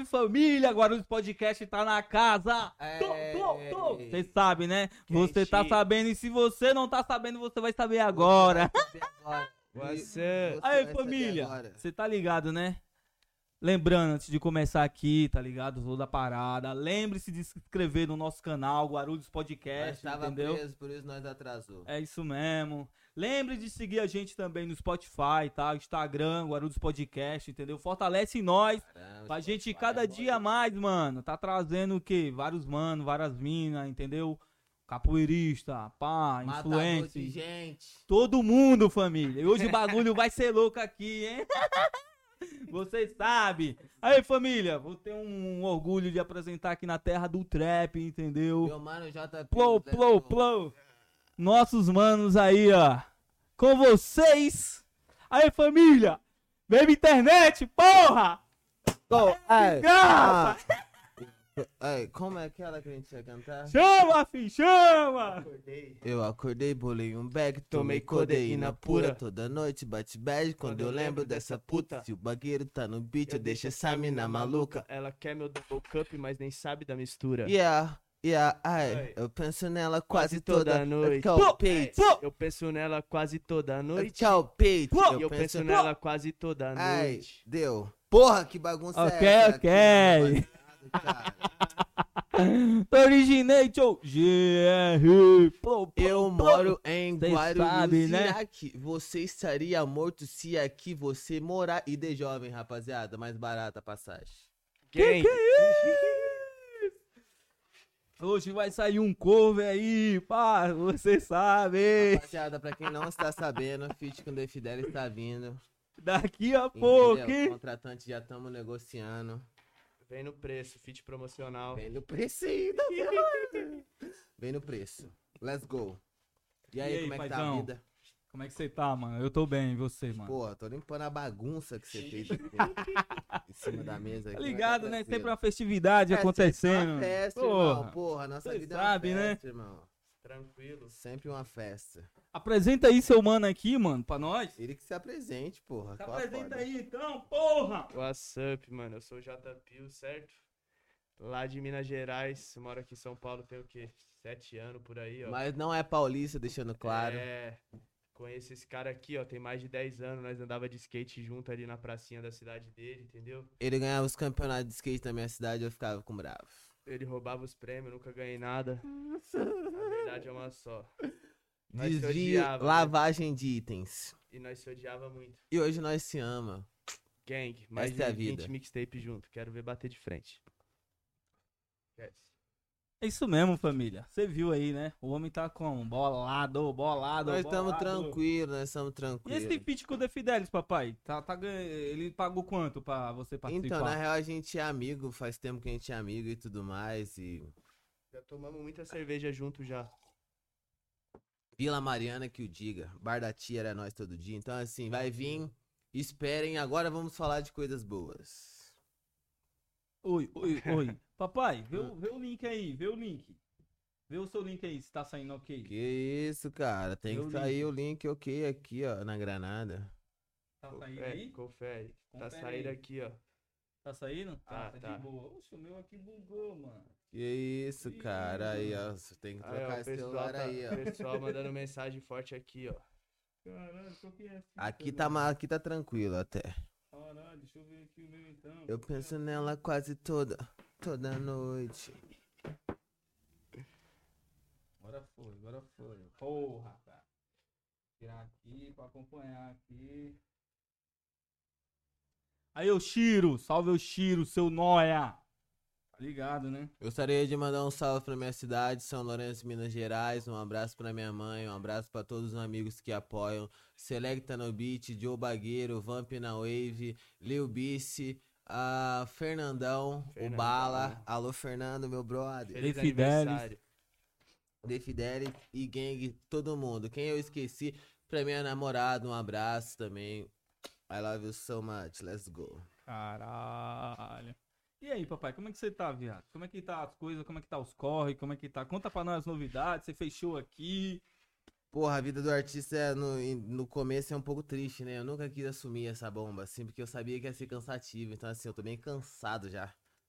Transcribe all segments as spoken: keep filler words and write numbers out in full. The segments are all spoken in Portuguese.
família, Guarulhos Podcast tá na casa. Você sabe, né? Você tá sabendo, e se você não tá sabendo, você vai saber agora. Você vai saber agora. Você aí, vai família, você tá ligado, né? Lembrando, antes de começar aqui, tá ligado? Toda a parada. Lembre-se de se inscrever no nosso canal, Guarulhos Podcast, nós tava entendeu? Preso, por isso nós atrasou. É isso mesmo. Lembre de seguir a gente também no Spotify, tá? Instagram, Guarulhos Podcast, entendeu? Fortalece nós. Caramba, pra gente Spotify, cada é dia mais, mano. Tá trazendo o quê? Vários manos, várias minas, entendeu? Capoeirista, pá, influencer. Gente. Todo mundo, família. E hoje o bagulho vai ser louco aqui, hein? Vocês sabem. Aí, família, vou ter um orgulho de apresentar aqui na terra do trap, entendeu? Meu mano J P. Plou, plou, plou. Nossos manos aí, ó. Com vocês. Aí, família. Baby internet, porra! Go, ai, ah. Ai, como é aquela que a gente ia cantar? Chama, filho, chama! Acordei. Eu acordei, bolei um bag, tomei codeína pura. Toda noite bate bad quando eu lembro dessa puta. Se o bagueiro tá no beat, eu deixo essa mina maluca. Ela quer meu double cup, mas nem sabe da mistura. Yeah, yeah, ai, eu penso nela quase toda noite. Eu penso nela quase toda noite. Tchau, peito. Eu penso nela quase toda noite. Ai, deu. Porra, que bagunça é essa? Ok, ok. Originei, tchau. G R. Eu moro em Guarulhos, sabe, né? Iraque. Você estaria morto se aqui você morar. E de jovem, rapaziada, mais barata a passagem. Quem? Que que é isso? Hoje vai sair um cover aí, pá, você sabe. Rapaziada, pra quem não está sabendo, o feat com o The Fidel está vindo. Daqui a pouco, hein? Contratante já estamos negociando. Vem no preço, feat promocional. Vem no preço ainda. Vem no preço. Let's go. E aí, e aí como é que tá a vida? Como é que você tá, mano? Eu tô bem, e você, mano? Pô, tô limpando a bagunça que você fez aqui, em cima da mesa. Tá ligado, tá né? Sempre uma festividade é, acontecendo. Uma festa, porra. Irmão. Porra, nossa vida sabe, é uma festa, né? irmão. Tranquilo. Sempre uma festa. Apresenta aí seu mano aqui, mano, pra nós. Ele que se apresente, porra. Se apresenta aí, então, porra! What's up, mano? Eu sou o J P, certo? Lá de Minas Gerais, moro aqui em São Paulo, tem o quê? Sete anos por aí, ó. Mas não é paulista, deixando claro. É, conheço esse cara aqui, ó, tem mais de dez anos, nós andava de skate junto ali na pracinha da cidade dele, entendeu? Ele ganhava os campeonatos de skate da minha cidade, eu ficava com bravo. Ele roubava os prêmios, nunca ganhei nada. Na verdade é uma só. Desvio, lavagem né? de itens. E nós se odiava muito. E hoje nós se ama. Gang, mais Essa de é a vida. vinte mixtape junto, quero ver bater de frente. Yes. É isso mesmo, família. Você viu aí, né? O homem tá como? Bolado, bolado, Nós bolado. estamos tranquilos, nós estamos tranquilos. E esse feat com o The Fidelis, papai? Tá, tá, ele pagou quanto pra você participar? Então, na real, a gente é amigo, faz tempo que a gente é amigo e tudo mais, e... Já tomamos muita cerveja junto já. Vila Mariana que o diga, Bar da Tia era nós todo dia, então assim, vai vir, esperem, agora vamos falar de coisas boas. Oi, oi, oi. Papai, vê o, vê o link aí, vê o link. Vê o seu link aí, se tá saindo ok. Que isso, cara, tem vê que sair o link ok aqui, ó, na granada. Tá saindo confere, aí? Confere, confere tá saindo aí. aqui, ó. Tá saindo? Tá, ah, tá, tá de boa. Oxe, o meu aqui bugou, mano. Que isso, cara, aí, ó, você tem que trocar aí, esse celular tá, aí, ó. O pessoal mandando mensagem forte aqui, ó. Caralho, qual que é essa? Aqui tá, aqui tá tranquilo até. Caralho, deixa eu ver aqui o meu então. Eu penso nela quase toda, toda noite. Agora foi, agora foi. Porra, cara. Tirar aqui pra acompanhar aqui. Aí, ô Chiro, salve o Chiro, seu nóia. Tá ligado, né? Gostaria de mandar um salve pra minha cidade, São Lourenço, Minas Gerais. Um abraço pra minha mãe, um abraço pra todos os amigos que apoiam. Selecta no Beat, Joe Bagueiro, Vamp na Wave, Lil Bice, a Fernandão, Fernandão, o Bala. Alô, Fernando, meu brother. Feliz The Fidelis. The Fidelis e Gang, todo mundo. Quem eu esqueci, pra minha namorada, um abraço também. I love you so much, let's go. Caralho. E aí, papai, como é que você tá, viado? Como é que tá as coisas, como é que tá os corre, como é que tá? Conta pra nós as novidades, você fechou aqui. Porra, a vida do artista é, no, no começo é um pouco triste, né? Eu nunca quis assumir essa bomba, assim, porque eu sabia que ia ser cansativo. Então, assim, eu tô bem cansado já.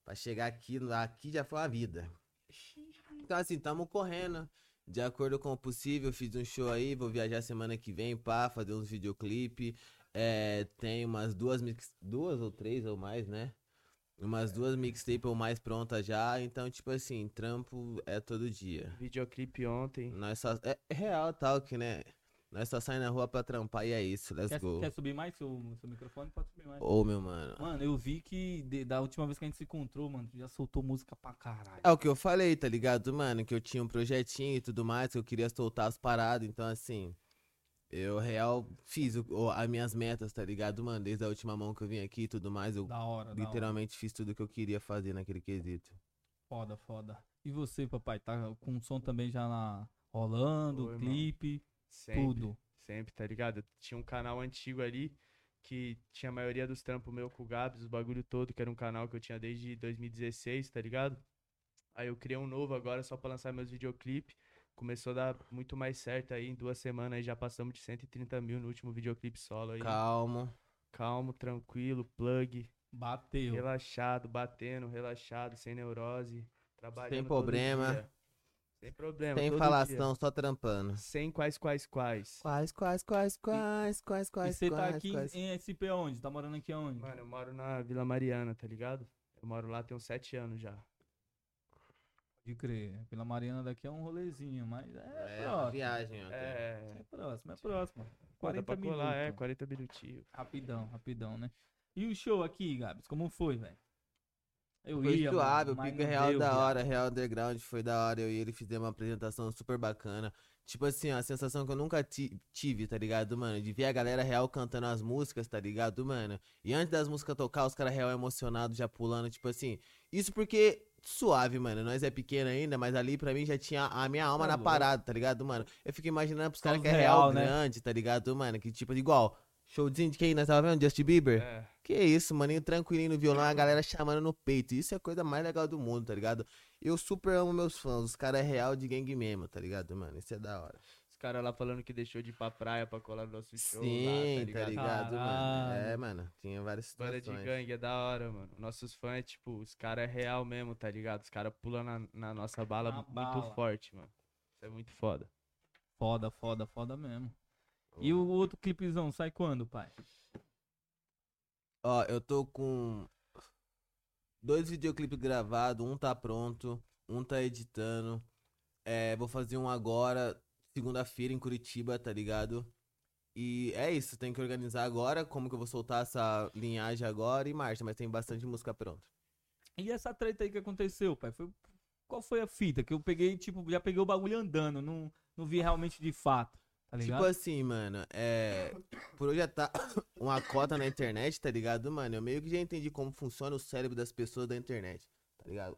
Pra chegar aqui, aqui já foi uma vida. Então, assim, tamo correndo. De acordo com o possível, fiz um show aí, vou viajar semana que vem, pá, fazer uns videoclipe. É, tem umas duas mix... Duas ou três ou mais, né? Umas duas mixtape ou mais prontas já. Então, tipo assim, trampo é todo dia. Videoclipe ontem. Nós só... É real tal que, né? Nós só saímos na rua pra trampar e é isso, let's Quer, go. quer subir mais seu, seu microfone? Pode subir mais. Ô, meu mano. Mano, eu vi que de- da última vez que a gente se encontrou, mano, tu já soltou música pra caralho. É o que eu falei, tá ligado, mano? Que eu tinha um projetinho e tudo mais, que eu queria soltar as paradas. Então, assim, eu real fiz o, o- as minhas metas, tá ligado, mano? Desde a última mão que eu vim aqui e tudo mais, eu Da hora, da hora. literalmente fiz tudo que eu queria fazer naquele quesito. Foda, foda. E você, papai, tá com o som também já na... rolando, Oi, clipe, Sempre, tudo. sempre, tá ligado? Eu tinha um canal antigo ali que tinha a maioria dos trampos meu com o Gabs, os bagulho todo, que era um canal que eu tinha desde dois mil e dezesseis, tá ligado? Aí eu criei um novo agora só pra lançar meus videoclipes. Começou a dar muito mais certo aí, em duas semanas aí já passamos de cento e trinta mil no último videoclipe solo aí. Calmo. Calmo, tranquilo, plug, Bateu. relaxado, batendo, relaxado, sem neurose, trabalhando Sem todo problema. dia. Sem problema, Sem todo falação, dia. só trampando. Sem quais, quais, quais. Quais, quais, quais, quais, quais, E quais, você tá quais, aqui quais. em S P onde? Tá morando aqui aonde? Mano, eu moro na Vila Mariana, tá ligado? Eu moro lá tem uns sete anos já. Pode crer. Vila Mariana daqui é um rolezinho, mas é, É, uma próximo. viagem, ó. É, É próximo, é próximo. dá quarenta pra minutos. colar, é, quarenta minutinhos. Rapidão, rapidão, né? E o show aqui, Gabs, como foi, velho? Eu Foi ia, suave, mano, o mas pico não real deu, da viado. hora, real underground foi da hora. Eu e ele fizemos uma apresentação super bacana. Tipo assim, ó, a sensação que eu nunca ti- tive, tá ligado, mano? De ver a galera real cantando as músicas, tá ligado, mano? E antes das músicas tocar, os caras real emocionados já pulando, tipo assim. Isso porque, suave, mano, nós é pequeno ainda, mas ali pra mim já tinha a minha alma Tá na louco. parada, tá ligado, mano? Eu fico imaginando pros Só caras os que é real, real, né? grande, tá ligado, mano? Que tipo, igual, showzinho de quem nós tava vendo? Justin Bieber? É, Que isso, maninho, tranquilinho no violão, a galera chamando no peito. Isso é a coisa mais legal do mundo, tá ligado? Eu super amo meus fãs, os caras é real de gangue mesmo, tá ligado, mano? Isso é da hora. os caras lá falando que deixou de ir pra praia pra colar no nosso show Sim, lá, tá tá ligado? ligado, mano? Caralho. É, mano, tinha várias Banda situações. de gangue é da hora, mano. Nossos fãs, é, tipo, os caras é real mesmo, tá ligado? Os caras pulam na, na nossa bala Na muito bala. forte, mano. Isso é muito foda. Foda, foda, foda mesmo. E o outro clipezão sai quando, pai? Ó, eu tô com dois videoclipes gravados, um tá pronto, um tá editando. É, vou fazer um agora, segunda-feira em Curitiba, tá ligado? E é isso, tem que organizar agora, como que eu vou soltar essa linhagem agora e marcha, mas tem bastante música pronta. E essa treta aí que aconteceu, pai? Foi... Qual foi a fita? Que eu peguei, tipo, já peguei o bagulho andando, não, não vi realmente de fato, tá ligado? Tipo assim, mano, é. Por hoje já tá uma cota na internet, tá ligado, mano? Eu meio que já entendi como funciona o cérebro das pessoas da internet, tá ligado?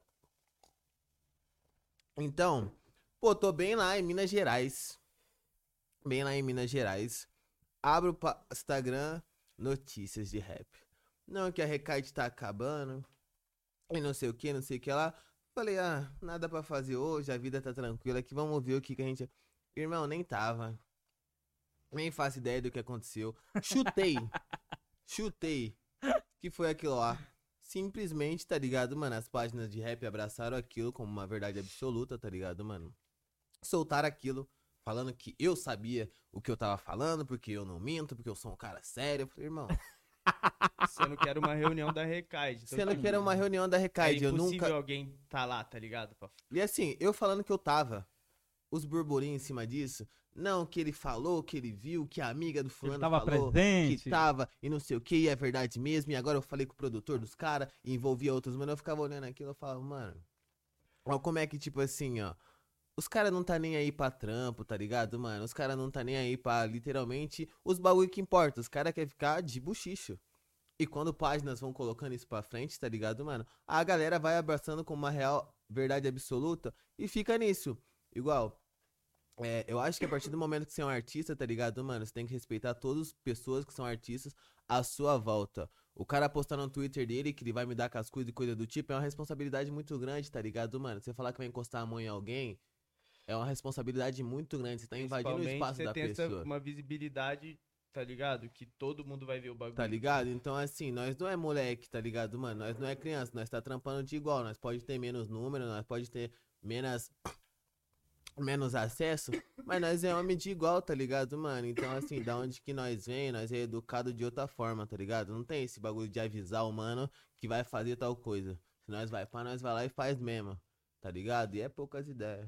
Então, pô, tô bem lá em Minas Gerais. Bem lá em Minas Gerais. Abro o Instagram, notícias de rap. Não, que a Recaide tá acabando. E não sei o que, não sei o que lá. Falei, ah, nada pra fazer hoje, a vida tá tranquila aqui, vamos ver o que que a gente... Irmão, nem tava. Nem faço ideia do que aconteceu. Chutei. Chutei. Que foi aquilo lá. Simplesmente, tá ligado, mano? As páginas de rap abraçaram aquilo como uma verdade absoluta, tá ligado, mano? Soltaram aquilo, falando que eu sabia o que eu tava falando, porque eu não minto, porque eu sou um cara sério. Eu falei, irmão, Sendo que era uma reunião da Recaide. Então, sendo tipo, que era uma reunião da é Recaide, eu impossível nunca... alguém tá lá, tá ligado? Pra- E assim, eu falando que eu tava, os burburinhos em cima disso, não, que ele falou, que ele viu, que a amiga do fulano tava falou, presente. que tava, e não sei o que, e é verdade mesmo, e agora eu falei com o produtor dos caras, e envolvia outros, mano, eu ficava olhando aquilo, eu falava, mano, ó, como é que, tipo assim, ó, os caras não tá nem aí pra trampo, tá ligado, mano, os caras não tá nem aí pra, literalmente, os bagulho que importa, os caras querem ficar de buchicho. E quando páginas vão colocando isso pra frente, tá ligado, mano? A galera vai abraçando como uma real verdade absoluta e fica nisso. Igual, é, eu acho que a partir do momento que você é um artista, tá ligado, mano? Você tem que respeitar todas as pessoas que são artistas à sua volta. O cara postar no Twitter dele que ele vai me dar cascudo e coisa do tipo é uma responsabilidade muito grande, tá ligado, mano? Você falar que vai encostar a mão em alguém é uma responsabilidade muito grande. Você tá invadindo o Principalmente espaço você da tem essa, pessoa. uma visibilidade tá ligado? Que todo mundo vai ver o bagulho. Tá ligado? Então, assim, nós não é moleque, tá ligado, mano? Nós não é criança, nós tá trampando de igual. Nós pode ter menos número, nós pode ter menos, menos acesso, mas nós é homem de igual, tá ligado, mano? Então, assim, da onde que nós vem, nós é educado de outra forma, tá ligado? Não tem esse bagulho de avisar o mano que vai fazer tal coisa. Se nós vai pra nós, vai lá e faz mesmo, tá ligado? E é poucas ideias.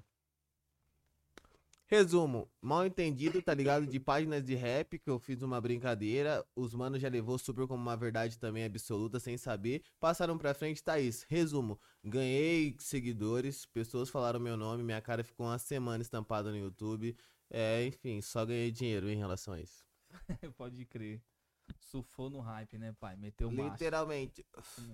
Resumo, mal entendido, tá ligado? De páginas de rap, que eu fiz uma brincadeira. Os manos já levou super como uma verdade também absoluta, sem saber. Passaram pra frente, tá isso. Resumo, ganhei seguidores, pessoas falaram meu nome, minha cara ficou uma semana estampada no YouTube. É, enfim, só ganhei dinheiro em relação a isso. Pode crer. Surfou no hype, né, pai? Meteu marcha. Literalmente.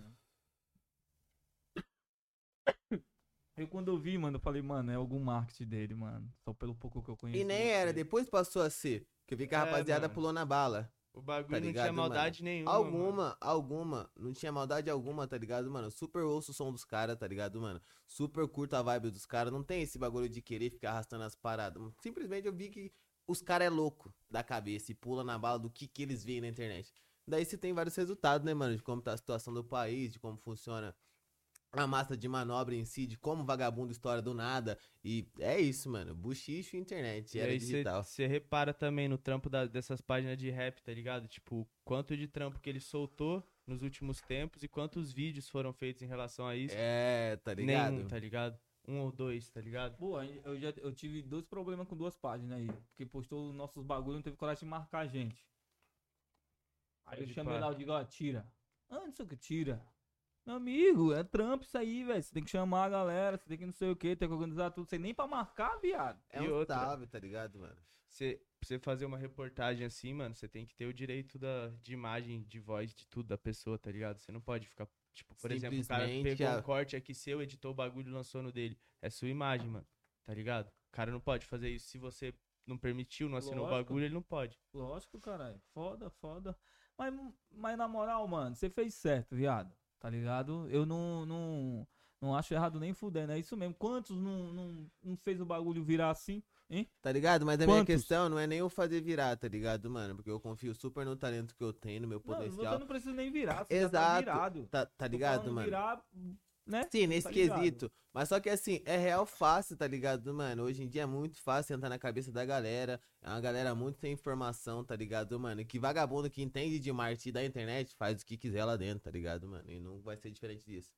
Eu quando eu vi, mano, eu falei, mano, é algum marketing dele, mano. Só pelo pouco que eu conheço. E nem era, depois passou a ser. Que eu vi que a É, rapaziada mano. pulou na bala. O bagulho Tá não ligado, tinha maldade nenhuma. Alguma, mano. alguma. Não tinha maldade alguma, tá ligado, mano? Super ouço o som dos caras, tá ligado, mano? Super curto a vibe dos caras. Não tem esse bagulho de querer ficar arrastando as paradas. Simplesmente eu vi que os caras é louco da cabeça e pula na bala do que, que eles veem na internet. Daí você tem vários resultados, né, mano? De como tá a situação do país, de como funciona a massa de manobra em si, de como vagabundo estoura do nada. E é isso, mano. Buchicho e internet, E era aí digital. você repara também no trampo da- dessas páginas de rap, tá ligado? Tipo, quanto de trampo que ele soltou nos últimos tempos e quantos vídeos foram feitos em relação a isso. É, tá ligado? Nenhum, tá ligado? Um ou dois, tá ligado? Pô, eu já eu tive dois problemas com duas páginas aí. Porque postou nossos bagulho e não teve coragem de marcar a gente. Aí eu Pode chamei pá. lá, eu digo, ó, tira. Ah, não sei o que, tira. Meu amigo, é trampo isso aí, velho. Você tem que chamar a galera, você tem que não sei o que, tem que organizar tudo. Você nem pra marcar, viado. É E um outra? salve, tá ligado, mano? Você, pra você fazer uma reportagem assim, mano, você tem que ter o direito da, de imagem, de voz, de tudo da pessoa, tá ligado? Você não pode ficar, tipo, por exemplo, o cara Simplesmente pegou a- um corte aqui seu, editou o bagulho e lançou no dele. É sua imagem, mano, tá ligado? O cara não pode fazer isso. Se você não permitiu, não assinou o Lógico. bagulho, ele não pode. Lógico, caralho. Foda, foda. Mas, mas na moral, mano, você fez certo, viado. Tá ligado? Eu não, não, não acho errado nem fudendo. É isso mesmo. Quantos não, não, não fez o bagulho virar assim, hein? Tá ligado? Mas a minha Quantos? questão não é nem eu fazer virar, tá ligado, mano? Porque eu confio super no talento que eu tenho, no meu Não, potencial. você não precisa nem virar. Você já tá Exato. virado. Tá, tá Tô ligado, falando mano? Virar, né? Sim, nesse Tá ligado. quesito. Mas só que assim, é real fácil, tá ligado, mano? Hoje em dia é muito fácil entrar na cabeça da galera. É uma galera muito sem informação, tá ligado, mano? Que vagabundo que entende de marketing da internet faz o que quiser lá dentro, tá ligado, mano? E não vai ser diferente disso.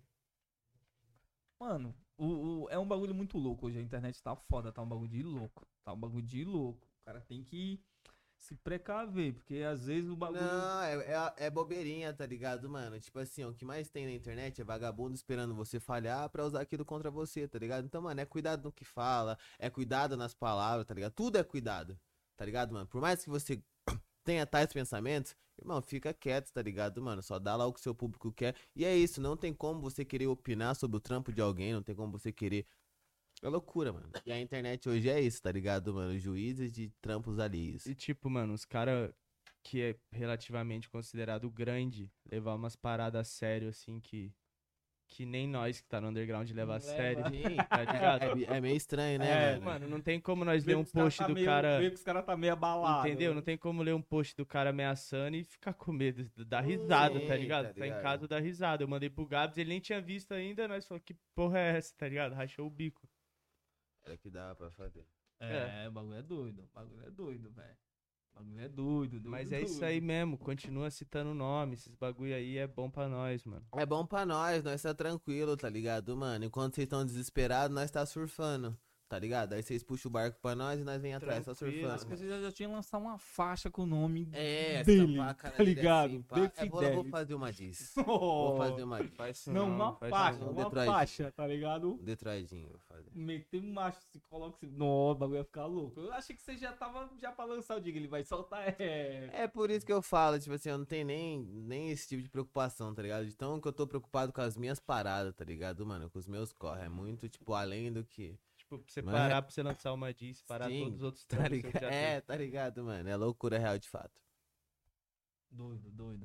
Mano, o, o- é um bagulho muito louco hoje. A internet tá foda, tá um bagulho de louco. Tá um bagulho de louco. O cara tem que se precaver, porque às vezes o bagulho. Não, é, é, é bobeirinha, tá ligado, mano? Tipo assim, ó, o que mais tem na internet é vagabundo esperando você falhar pra usar aquilo contra você, tá ligado? Então, mano, é cuidado no que fala, é cuidado nas palavras, tá ligado? Tudo é cuidado, tá ligado, mano? Por mais que você tenha tais pensamentos, irmão, fica quieto, tá ligado, mano? Só dá lá o que o seu público quer. E é isso, não tem como você querer opinar sobre o trampo de alguém, não tem como você querer. É loucura, mano. E a internet hoje é isso, tá ligado, mano? Juízes de trampos alheios. E tipo, mano, os caras que é relativamente considerado grande, levar umas paradas a sério, assim, que, que nem nós que tá no underground leva a Leva. sério, Sim, tá ligado? é, é meio estranho, né, É, mano? Mano, não tem como nós Vê ler que um os cara post tá do meio- cara... Vê que os caras tá meio abalado. Entendeu? Não tem como ler um post do cara ameaçando e ficar com medo, dar risada, Sim, tá ligado? tá Tá em ligado. casa dar risada. Eu mandei pro Gabs, ele nem tinha visto ainda, nós falamos, que porra é essa, tá ligado? Rachou o bico. Era que dava pra fazer. É, o bagulho é doido. O bagulho é doido, velho. O bagulho é doido, doido. Mas é isso aí mesmo, continua citando o nome, esses bagulho aí é bom pra nós, mano. É bom pra nós, nós tá tranquilo, tá ligado, mano? Enquanto vocês estão desesperados, nós tá surfando, tá ligado? Aí vocês puxam o barco pra nós e nós vem atrás, só Tranquilo, Acho que surfando. você já, já tinha lançado uma faixa com o nome É, dele, estampar a cara tá dele ligado? assim, pá. The É, vou, vou Fidelis. fazer uma disso. Oh, Vou fazer uma disso. Faz isso Não, uma faz faixa, isso não. uma Detroit. faixa, tá ligado? Um Detroitinho, vou fazer. Meter um macho, se coloca assim. Nossa, o bagulho ia ficar louco. Eu achei que você já tava já pra lançar o digo, ele vai soltar. É. É por isso que eu falo, tipo assim, eu não tenho nem, nem esse tipo de preocupação, tá ligado? Então que eu tô preocupado com as minhas paradas, tá ligado, mano? Com os meus corre. É muito, tipo, além do que. Tipo, pra você Mas- parar pra você lançar uma diss, parar Sim, todos os outros Tá trampos que ligado? você já É, fez. tá ligado, mano? É loucura real de fato. Doido, doido.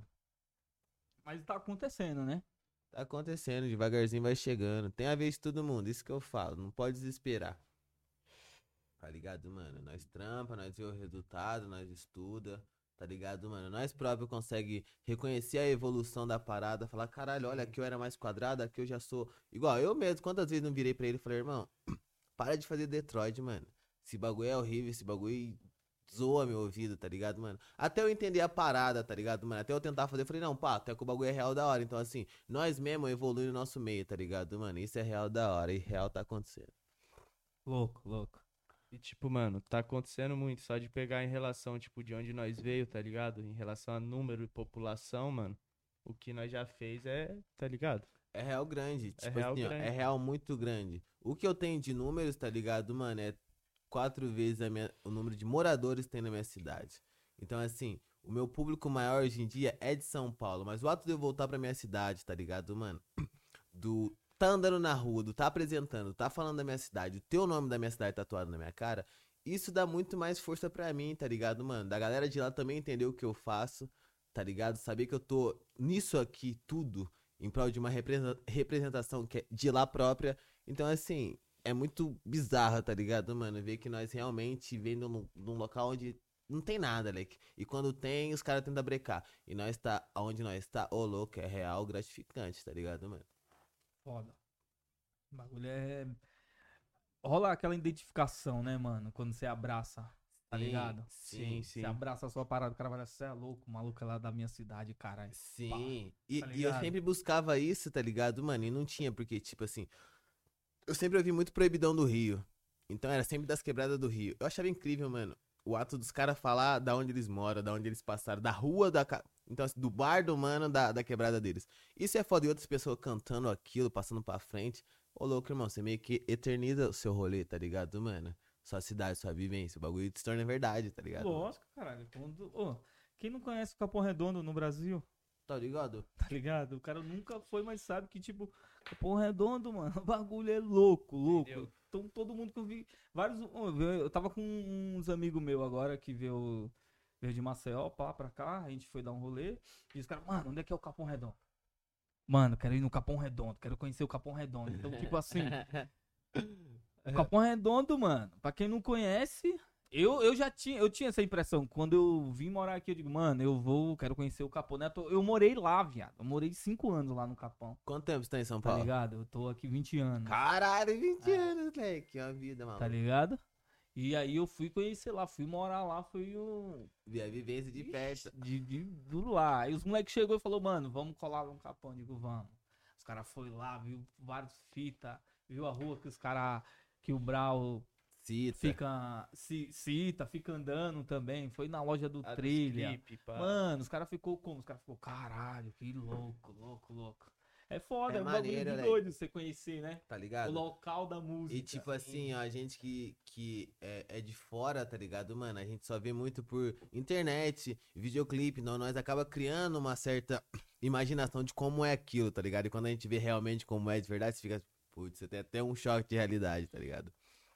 Mas tá acontecendo, né? Tá acontecendo, devagarzinho vai chegando. Tem a vez de todo mundo, isso que eu falo. Não pode desesperar. Tá ligado, mano? Nós trampa, nós vê o resultado, nós estuda. tá ligado, mano? Nós próprios consegue reconhecer a evolução da parada, falar, caralho, olha, aqui eu era mais quadrado, aqui eu já sou... Igual, eu mesmo, quantas vezes não virei pra ele e falei, irmão, para de fazer Detroit, mano. Esse bagulho é horrível, esse bagulho zoa meu ouvido, tá ligado, mano? Até eu entender a parada, tá ligado, mano? Até eu tentar fazer, eu falei, não, pá, até que o bagulho é real da hora. Então, assim, nós mesmo evoluímos no nosso meio, tá ligado, mano? Isso é real da hora e real tá acontecendo. Louco, louco. E tipo, mano, tá acontecendo muito. Só de pegar em relação, tipo, de onde nós veio, tá ligado? Em relação a número e população, mano. O que nós já fez é, tá ligado? É real grande, É tipo real assim, ó, grande. é real muito grande. O que eu tenho de números, tá ligado, mano, é quatro vezes a minha- o número de moradores que tem na minha cidade. Então, assim, o meu público maior hoje em dia é de São Paulo, mas o ato de eu voltar pra minha cidade, tá ligado, mano? Do tá andando na rua, do tá apresentando, tá falando da minha cidade, o teu nome da minha cidade tatuado na minha cara, isso dá muito mais força pra mim, tá ligado, mano? Da galera de lá também entender o que eu faço, tá ligado? Saber que eu tô nisso aqui tudo em prol de uma represa- representação que é de lá própria. Então, assim, é muito bizarro, tá ligado, mano? Ver que nós realmente vendo num, num local onde não tem nada, leque. E quando tem, os caras tentam brecar. E nós tá onde nós tá, ô louco, é real gratificante, tá ligado, mano? Foda. O bagulho é. Rola aquela identificação, né, mano? Quando você abraça, tá Sim, ligado? Sim, sim. Você abraça a sua parada, o cara vai você é louco, o maluco é lá da minha cidade, caralho. Sim. E, tá e eu ligado? sempre buscava isso, tá ligado, mano? E não tinha, porque, tipo assim, eu sempre ouvi muito Proibidão do Rio. Então era sempre das quebradas do Rio. Eu achava incrível, mano, o ato dos caras falar da onde eles moram, da onde eles passaram, da rua, da. ca- Então, assim, do bar do mano, da, da quebrada deles. Isso é foda. E outras pessoas cantando aquilo, passando pra frente. Ô, louco, irmão, você meio que eterniza o seu rolê, tá ligado, mano? Sua cidade, sua vivência, o bagulho se torna verdade, tá ligado? mano? Lógico, caralho. Quando... Ô, quem não conhece o Capão Redondo no Brasil, Tá ligado? tá ligado? O cara nunca foi, mas sabe que, tipo, Capão Redondo, mano, o bagulho é louco, louco. Entendeu? Então todo mundo que eu vi. Vários. ô, Eu eu tava com uns amigos meus agora que veio, veio de Maceió, pá, pra cá. A gente foi dar um rolê. E os caras, mano, onde é que é o Capão Redondo? Mano, quero ir no Capão Redondo, quero conhecer o Capão Redondo. Então, tipo assim, o Capão Redondo, mano, pra quem não conhece, eu, eu já tinha, eu tinha essa impressão. Quando eu vim morar aqui, eu digo, mano, eu vou, quero conhecer o Capão. Né? Eu morei lá, viado. Eu morei cinco anos lá no Capão, Quanto tempo você tá em São tá Paulo? ligado? Eu tô aqui vinte anos, Caralho, vinte anos, moleque. É uma vida, mano. tá ligado? E aí eu fui conhecer lá, fui morar lá, fui um... Vi a vivência de perto. De, de, do lá. Aí os moleques chegou e falou, mano, vamos colar lá no Capão. Eu digo, vamos. Os caras foram lá, viu vários fita, viu a rua que os caras, que o Brau Cita. fica, ci- cita, fica andando também. Foi na loja do A dos Trilha. clipe, pá. Mano, os caras ficou como? Os caras ficou, caralho, que louco, louco, louco. É foda, É é, um bagulho maneiro, de né? doido você conhecer, né? Tá O ligado? local da música. E tipo assim, ó, a gente que, que é, é de fora, tá ligado, mano? A gente só vê muito por internet, videoclipe, não, nós acaba criando uma certa imaginação de como é aquilo, tá ligado? E quando a gente vê realmente como é de verdade, você fica, putz, você tem até um choque de realidade, tá ligado?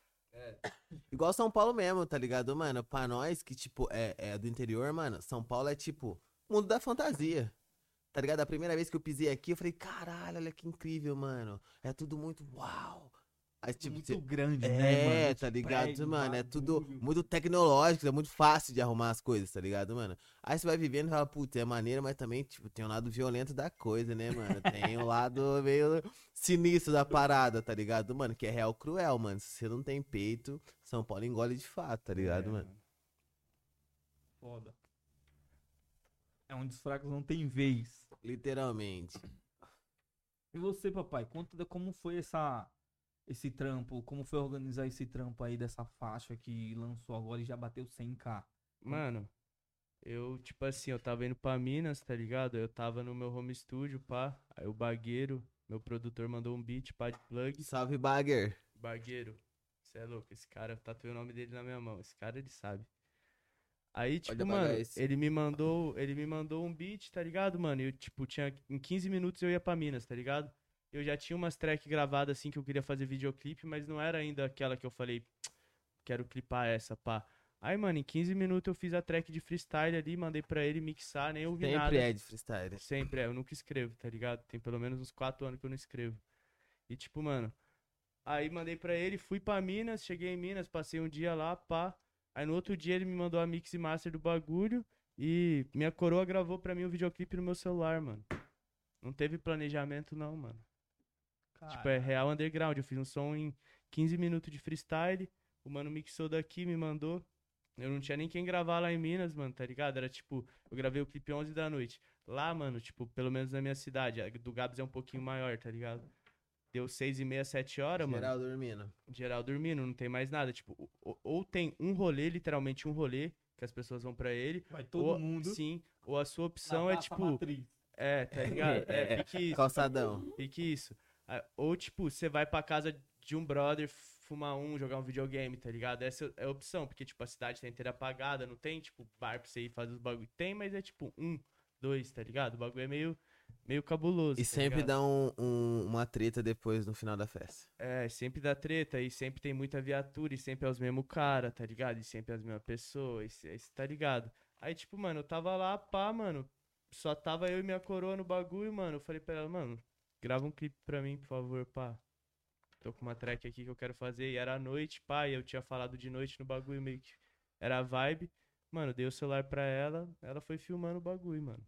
Igual São Paulo mesmo, tá ligado, mano? Pra nós que, tipo, é, é do interior, mano, São Paulo é tipo mundo da fantasia. Tá ligado? A primeira vez que eu pisei aqui, eu falei, caralho, olha que incrível, mano. É tudo muito uau. Aí, tipo, muito cê- grande, é, né, mano? tá Os ligado, prédios, mano? É tudo bagulho. muito tecnológico, é muito fácil de arrumar as coisas, tá ligado, mano? Aí você vai vivendo e fala, putz, é maneiro, mas também, tipo, tem um lado violento da coisa, né, mano? Tem um lado meio sinistro da parada, tá ligado, mano? Que é real cruel, mano. Se você não tem peito, São Paulo engole de fato, tá ligado, É, mano? Foda. É onde os fracos não tem vez. Literalmente. E você, papai, conta de como foi essa, esse trampo, como foi organizar esse trampo aí dessa faixa que lançou agora e já bateu cem k. Mano, eu, tipo assim, eu tava indo pra Minas, tá ligado? Eu tava no meu home studio, pá. Aí o Bagueiro, meu produtor, mandou um beat, pá, de plug. Salve, Bagger. Bagueiro, cê é louco, esse cara, eu tatuei o nome dele na minha mão. Esse cara, ele sabe. Aí, tipo, Olha, mano, bagagem. ele me mandou, ele me mandou um beat, tá ligado, mano? E eu, tipo, tinha, em quinze minutos eu ia pra Minas, tá ligado? Eu já tinha umas tracks gravadas, assim, que eu queria fazer videoclipe, mas não era ainda aquela que eu falei, quero clipar essa, pá. Aí, mano, em quinze minutos eu fiz a track de freestyle ali, mandei pra ele mixar, nem ouvi nada. Sempre é de freestyle. Sempre, é, eu nunca escrevo, tá ligado? Tem pelo menos uns quatro anos que eu não escrevo. E, tipo, mano, aí mandei pra ele, fui pra Minas, cheguei em Minas, passei um dia lá, pá. Aí no outro dia ele me mandou a mix e master do bagulho E minha coroa gravou pra mim o videoclipe no meu celular, mano. Não teve planejamento, não, mano. Cara, Tipo, é real underground. Eu fiz um som em quinze minutos de freestyle. O mano mixou daqui, me mandou. Eu não tinha nem quem gravar lá em Minas, mano, tá ligado? Era tipo, eu gravei o clipe onze da noite. Lá, mano, tipo, pelo menos na minha cidade, a do Gabs é um pouquinho maior, tá ligado? Deu seis e meia, sete horas, mano. Geral dormindo. Geral dormindo, não tem mais nada. Tipo, ou, ou tem um rolê, literalmente um rolê, que as pessoas vão pra ele. vai todo ou, mundo. Sim, ou a sua na opção é Praça tipo. Matriz. É, tá ligado? É, fique isso. Calçadão. Fique isso. Ah, ou, tipo, você vai pra casa de um brother, fumar um, jogar um videogame, tá ligado? Essa é a opção, porque, tipo, a cidade tá inteira apagada, não tem, tipo, bar pra você ir fazer os bagulho. Tem, mas é, tipo, um, dois, tá ligado? O bagulho é meio, meio cabuloso, E tá sempre ligado? dá um, um- uma treta depois no final da festa. É, sempre dá treta, e sempre tem muita viatura, e sempre é os mesmos cara, tá ligado? E sempre é as mesmas pessoas, e cê tá ligado? Aí, tipo, mano, eu tava lá, pá, mano, só tava eu e minha coroa no bagulho, mano. Eu falei pra ela, mano, grava um clipe pra mim, por favor, pá. Tô com uma track aqui que eu quero fazer, e era à noite, pá, e eu tinha falado de noite no bagulho, meio que era a vibe. Mano, dei o celular pra ela, ela foi filmando o bagulho, mano.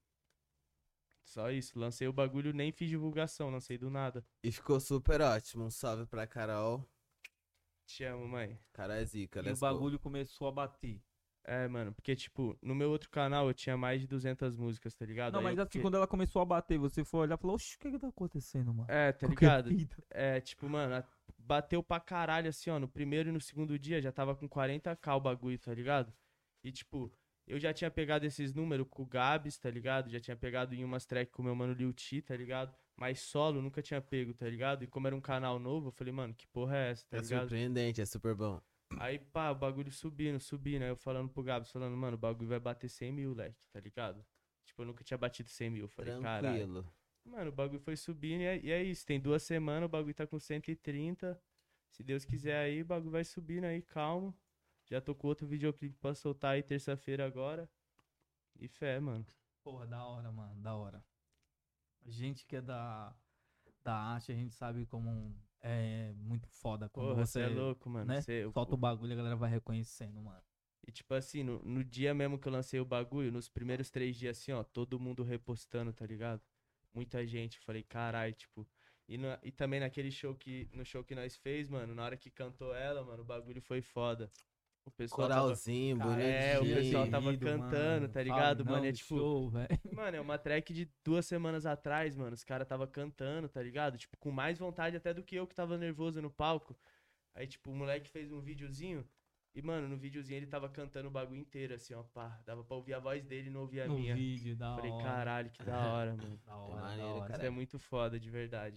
Só isso, lancei o bagulho, nem fiz divulgação, lancei do nada. E ficou super ótimo. Um salve pra Carol. Te amo, mãe. Cara é zica, E o let's go. bagulho começou a bater. É, mano, porque, tipo, no meu outro canal eu tinha mais de duzentas músicas, tá ligado? Não, Aí mas eu assim, que- quando ela começou a bater, você foi olhar e falou, oxe, o que que tá acontecendo, mano? É, tá Qual que é a ligado? fita? É, tipo, mano, a- bateu pra caralho, assim, ó, no primeiro e no segundo dia já tava com quarenta k o bagulho, tá ligado? E, tipo, eu já tinha pegado esses números com o Gabs, tá ligado? Já tinha pegado em umas tracks com o meu mano Lil T, tá ligado? Mas solo nunca tinha pego, tá ligado? E como era um canal novo, eu falei, mano, que porra é essa, tá É ligado? surpreendente, é super bom. Aí, pá, o bagulho subindo, subindo. Aí eu falando pro Gabs, falando, mano, o bagulho vai bater cem mil, leque, tá ligado? Tipo, eu nunca tinha batido cem mil. Eu falei, caralho. Tranquilo. Mano, o bagulho foi subindo e é, e é isso. Tem duas semanas, o bagulho tá com cento e trinta. Se Deus quiser aí, o bagulho vai subindo aí, calmo. Já tô com outro videoclipe pra soltar aí terça-feira agora. E fé, mano. Porra, da hora, mano, da hora. A gente que é da, da arte, a gente sabe como é muito foda quando Porra, você você é louco, mano. né? Cê- solta o bagulho e a galera vai reconhecendo, mano. E tipo assim, no, no dia mesmo que eu lancei o bagulho, nos primeiros três dias assim, ó, todo mundo repostando, tá ligado? Muita gente, eu falei, carai, tipo. E, no- e também naquele show que, no show que nós fez, mano, na hora que cantou ela, mano, o bagulho foi foda. O pessoal tava, Coralzinho, Cara, bonitinho. é, o pessoal tava Querido, cantando, mano, tá ligado, fale mano? não É do tipo, show, velho. mano, é uma track de duas semanas atrás, mano. Os caras tava cantando, tá ligado? Tipo, com mais vontade até do que eu que tava nervoso no palco. Aí, tipo, o moleque fez um videozinho. E, mano, no videozinho ele tava cantando o bagulho inteiro, assim, ó, pá. Dava pra ouvir a voz dele e não ouvir a No minha. vídeo, da Falei, hora. caralho, que da hora, mano. Da hora, maneiro, da hora. cara. Isso é muito foda, de verdade.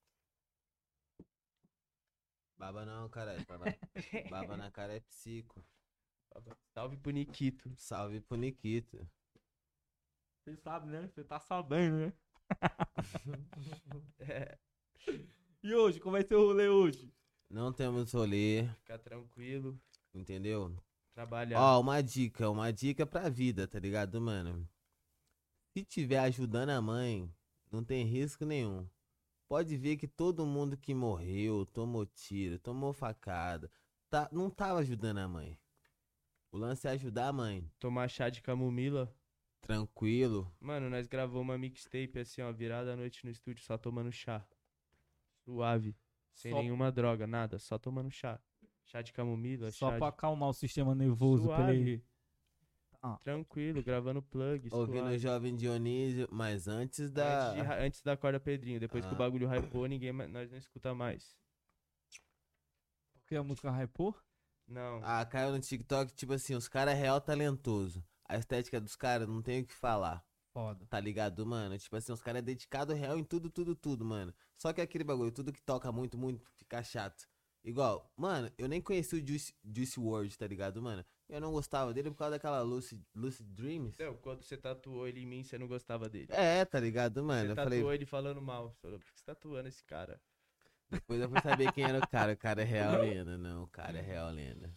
Baba não, caralho. Baba, baba na cara é psico. Salve pro Nikito. Salve pro Nikito. Você sabe, né? Você tá sabendo, né? É, E hoje, como vai ser o rolê hoje? Não temos rolê, ficar tranquilo, entendeu? trabalhar. Ó, uma dica, uma dica pra vida, tá ligado, mano? Se tiver ajudando a mãe, não tem risco nenhum. Pode ver que todo mundo que morreu, tomou tiro, tomou facada, tá, não tava ajudando a mãe. O lance é ajudar a mãe. Tomar chá de camomila. Tranquilo. Mano, nós gravamos uma mixtape assim, ó, virada à noite no estúdio, só tomando chá. Suave. Sem Só- nenhuma droga, nada, só tomando chá. Chá de camomila, Só chá pra de... acalmar o sistema nervoso, pra Suave. ele... Tranquilo, gravando plug, Ouvindo o suave. Jovem Dionísio, mas antes da. Antes, de, ra- antes da corda Pedrinho, depois que o Ah. bagulho hypou, ninguém mais, nós não escuta mais. Porque a música hypou? Não. Ah, caiu no TikTok, tipo assim, os caras é real talentoso. A estética dos caras não tem o que falar. Foda. Tá ligado, mano? Tipo assim, os caras é dedicado real em tudo, tudo, tudo, mano. Só que aquele bagulho, tudo que toca muito, muito, fica chato. Igual, mano, eu nem conheci o Juice, Juice world, tá ligado, mano? Eu não gostava dele por causa daquela Lucid, Lucid Dreams. Então, quando você tatuou ele em mim, você não gostava dele. É, tá ligado, mano? Você Eu tatuou falei, ele falando mal. Você falou, por que você tá tatuando esse cara? depois eu fui saber quem era o cara. O cara é real lenda, não, o cara é real lenda.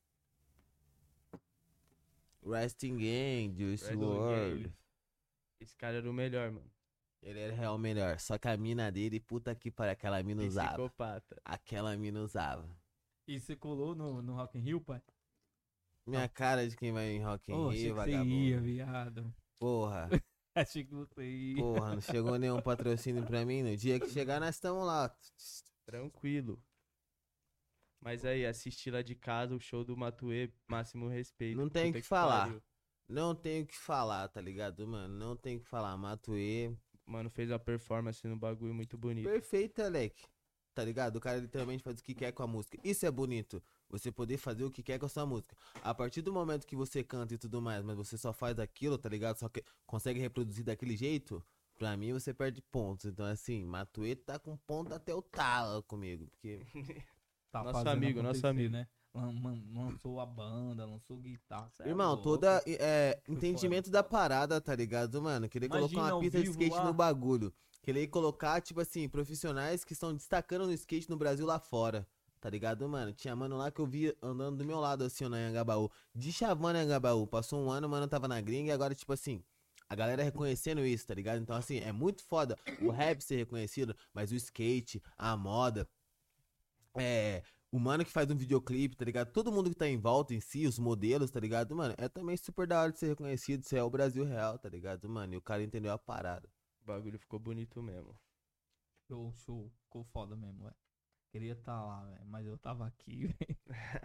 Resting Gang, Juice Resting world. Gang. Esse cara era o melhor, mano. Ele era real melhor. Só que a mina dele, puta que pariu, aquela mina usava. Psicopata. Aquela mina usava. E você colou no, no Rock in Rio, pai? Minha cara de quem vai em Rock in Ô, achei Rio, que você vagabundo. ia, viado. Porra, Achei que você ia. porra, não chegou nenhum patrocínio pra mim. No dia que chegar, nós estamos lá. Tranquilo. Mas aí, assisti lá de casa o show do Matuê, máximo respeito. Não tem o Puta que falar. pariu. Não tenho o que falar, tá ligado, mano? Não tenho o que falar. Matuê. Mano, fez uma performance no bagulho muito bonito. Perfeito, Alec. Tá ligado? O cara literalmente faz o que quer com a música. Isso é bonito. Você poder fazer o que quer com a sua música. A partir do momento que você canta e tudo mais, mas você só faz aquilo, tá ligado? Só que consegue reproduzir daquele jeito, pra mim você perde pontos. Então, assim, Matuê tá com ponto até o talo comigo. Porque. Tá Nosso fazendo amigo, nosso acontecer, amigo. né? Lan- man- Lançou a banda, lançou guitarra. cê é Irmão, louco. toda. É, Foi entendimento foda. da parada, tá ligado, mano? Querer Imagina colocar uma ao pista de vivo skate lá. no bagulho. Querer colocar, tipo assim, profissionais que estão destacando no skate no Brasil lá fora. Tá ligado, mano? Tinha mano lá que eu vi andando do meu lado, assim, ó, na Anhangabaú. De chavando em Anhangabaú. Passou um ano, mano, tava na gringa e agora, tipo assim, a galera reconhecendo isso, tá ligado? Então, assim, é muito foda o rap ser reconhecido, mas o skate, a moda, é, o mano que faz um videoclipe, tá ligado? Todo mundo que tá em volta em si, os modelos, tá ligado, mano? É também super da hora de ser reconhecido. Isso é o Brasil real, tá ligado, mano? E o cara entendeu a parada. O bagulho ficou bonito mesmo. Show, show. Ficou foda mesmo, velho. Queria estar lá, velho. Mas eu tava aqui, velho.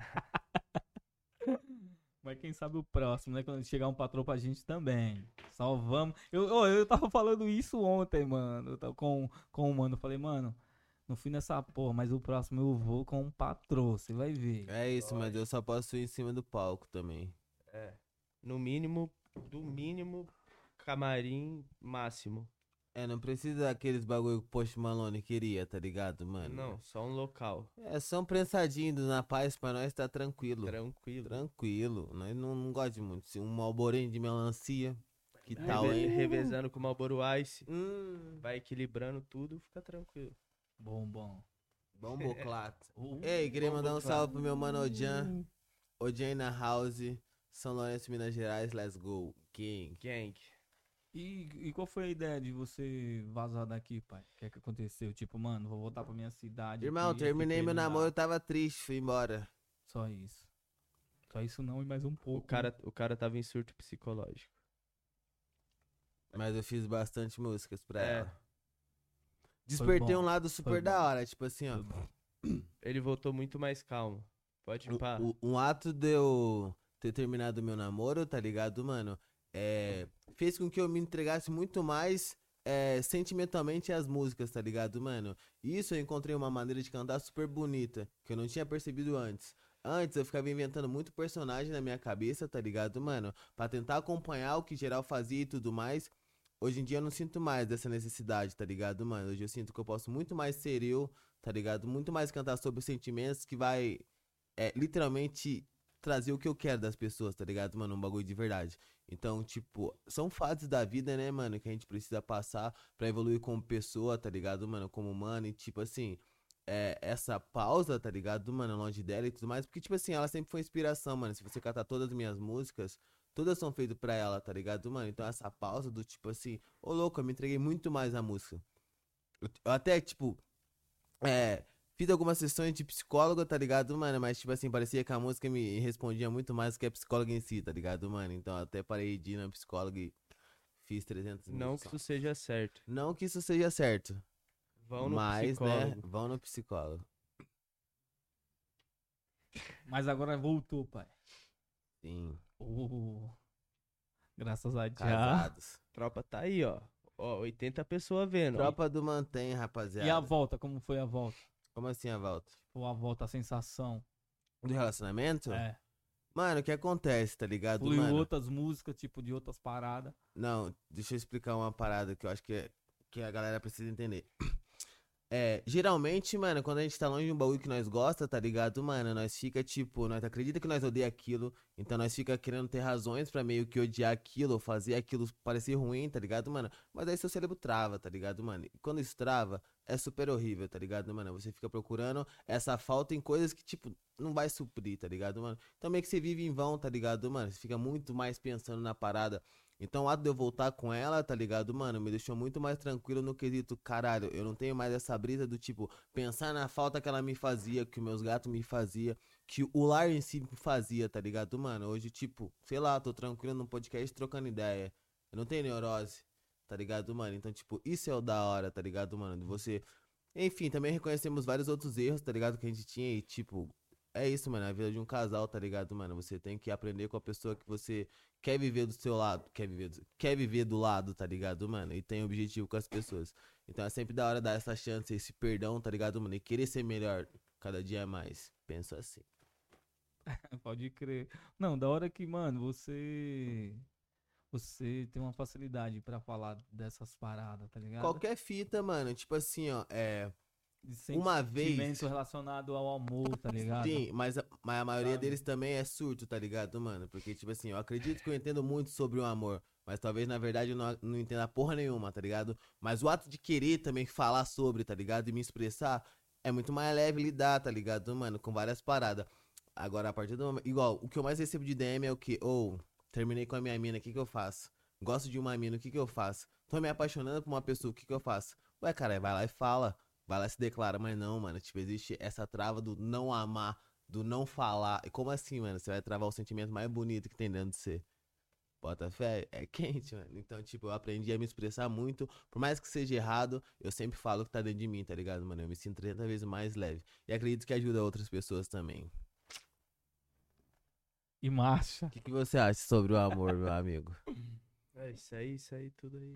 Mas quem sabe o próximo, né? Quando chegar um patrão pra gente também. Só vamos. Eu, ô, eu tava falando isso ontem, mano. Eu tava com, com o mano. Eu falei, mano, não fui nessa porra, mas o próximo eu vou com um patrão. Você vai ver. É isso, mas eu só posso ir em cima do palco também. É. No mínimo, do mínimo, camarim máximo. É, não precisa daqueles bagulho que o Post Malone queria, tá ligado, mano? Não, só um local. É, só um prensadinho na paz pra nós tá tranquilo. Tranquilo. Tranquilo. Nós não, não gostamos muito. Se um malborinho de melancia, que tal, Reve- hein? Revezando com o Marlboro Ice. Hum, Vai equilibrando tudo, fica tranquilo. Bom, bom. bomboclato. Uh, Ei, queria mandar um bomboclato. salve pro meu mano Ojan. Ojan na house. São Lourenço, Minas Gerais, let's go. King. Gang. E, e qual foi a ideia de você vazar daqui, pai? O que é que aconteceu? Tipo, mano, vou voltar pra minha cidade. Irmão, aqui, terminei fiquei meu não dá. namoro, eu tava triste, fui embora. Só isso. Só isso não e mais um O pouco. cara, o cara tava em surto psicológico. Mas eu fiz bastante músicas pra É. ela. Despertei bom, um lado super foi da bom. hora, tipo assim, ó. Foi bom. Ele voltou muito mais calmo. Pode O- pá. o- um ato de eu ter terminado meu namoro, tá ligado, mano? É, fez com que eu me entregasse muito mais é, sentimentalmente às músicas, tá ligado, mano? E isso eu encontrei uma maneira de cantar super bonita, que eu não tinha percebido antes. Antes eu ficava inventando muito personagem na minha cabeça, tá ligado, mano? Pra tentar acompanhar o que geral fazia e tudo mais. Hoje em dia eu não sinto mais dessa necessidade, tá ligado, mano? Hoje eu sinto que eu posso muito mais ser eu, tá ligado? Muito mais cantar sobre sentimentos que vai é, literalmente trazer o que eu quero das pessoas, tá ligado, mano? Um bagulho de verdade. Então, tipo, são fases da vida, né, mano, que a gente precisa passar pra evoluir como pessoa, tá ligado, mano? Como humano. E, tipo assim, é, essa pausa, tá ligado, mano? Longe dela e tudo mais. Porque, tipo assim, ela sempre foi inspiração, mano. Se você catar todas as minhas músicas, todas são feitas pra ela, tá ligado, mano? Então, essa pausa do tipo assim, ô louco, eu me entreguei muito mais à música. Eu, eu até, tipo, é. Fiz algumas sessões de psicólogo, tá ligado, mano? Mas, tipo assim, parecia que a música me respondia muito mais do que a psicóloga em si, tá ligado, mano? Então, eu até parei de ir na psicóloga e fiz trezentos mil Não que só. isso seja certo. Não que isso seja certo, Vão no mas, né, psicólogo. vão no psicólogo. Mas agora voltou, pai. Sim, Uh, graças a Deus. casados. Tropa tá aí, ó. Ó, oitenta pessoas vendo. ó. Tropa do Mantém, rapaziada. E a volta, como foi a volta? Como assim a volta? Ou a volta, a sensação? Do relacionamento? É. Mano, o que acontece, tá ligado, Fluiu mano? outras músicas, tipo, de outras paradas. Não, deixa eu explicar uma parada que eu acho que, é, que a galera precisa entender. É, geralmente, mano, quando a gente tá longe de um bagulho que nós gosta, tá ligado, mano? Nós fica, tipo, nós acredita que nós odeia aquilo, então nós fica querendo ter razões pra meio que odiar aquilo, ou fazer aquilo parecer ruim, tá ligado, mano? Mas aí seu cérebro trava, tá ligado, mano? E quando isso trava, é super horrível, tá ligado, mano? Você fica procurando essa falta em coisas que, tipo, não vai suprir, tá ligado, mano? Então meio que você vive em vão, tá ligado, mano? Você fica muito mais pensando na parada. Então o ato de eu voltar com ela, tá ligado, mano, me deixou muito mais tranquilo no quesito, caralho, eu não tenho mais essa brisa do tipo, pensar na falta que ela me fazia, que os meus gatos me fazia, que o lar em si me fazia, tá ligado, mano? Hoje, tipo, sei lá, tô tranquilo no podcast trocando ideia. Eu não tenho neurose, tá ligado, mano? Então, tipo, isso é o da hora, tá ligado, mano? De você. Enfim, também reconhecemos vários outros erros, tá ligado? Que a gente tinha e, tipo, é isso, mano. A vida de um casal, tá ligado, mano? Você tem que aprender com a pessoa que você quer viver do seu lado. Quer viver do, quer viver do lado, tá ligado, mano? E tem objetivo com as pessoas. Então é sempre da hora dar essa chance, esse perdão, tá ligado, mano? E querer ser melhor cada dia mais. Penso assim. Pode crer. Não, da hora que, mano, você. Você tem uma facilidade pra falar dessas paradas, tá ligado? Qualquer fita, mano, tipo assim, ó, é. De Uma vez. sentimento relacionado ao amor, tá ligado? Sim, mas a, mas a maioria Sabe? deles também é surto, tá ligado, mano? Porque, tipo assim, eu acredito que eu entendo muito sobre o amor, mas talvez, na verdade, eu não, não entenda porra nenhuma, tá ligado? Mas o ato de querer também falar sobre, tá ligado? E me expressar é muito mais leve lidar, tá ligado, mano? Com várias paradas. Agora, a partir do momento. Igual, o que eu mais recebo de D M é o quê? Ou, terminei com a minha mina, o que que eu faço? Gosto de uma mina, o que que eu faço? Tô me apaixonando por uma pessoa, o que que eu faço? Ué, cara, vai lá e fala. Vai lá e se declara, mas não, mano. Tipo, existe essa trava do não amar, do não falar. E como assim, mano? Você vai travar o sentimento mais bonito que tem dentro de você. Bota fé, é quente, mano. Então, tipo, eu aprendi a me expressar muito. Por mais que seja errado, eu sempre falo o que tá dentro de mim, tá ligado, mano? Eu me sinto trinta vezes mais leve. E acredito que ajuda outras pessoas também. E marcha. O que, que você acha sobre o amor, meu amigo? É isso aí, isso aí, tudo aí.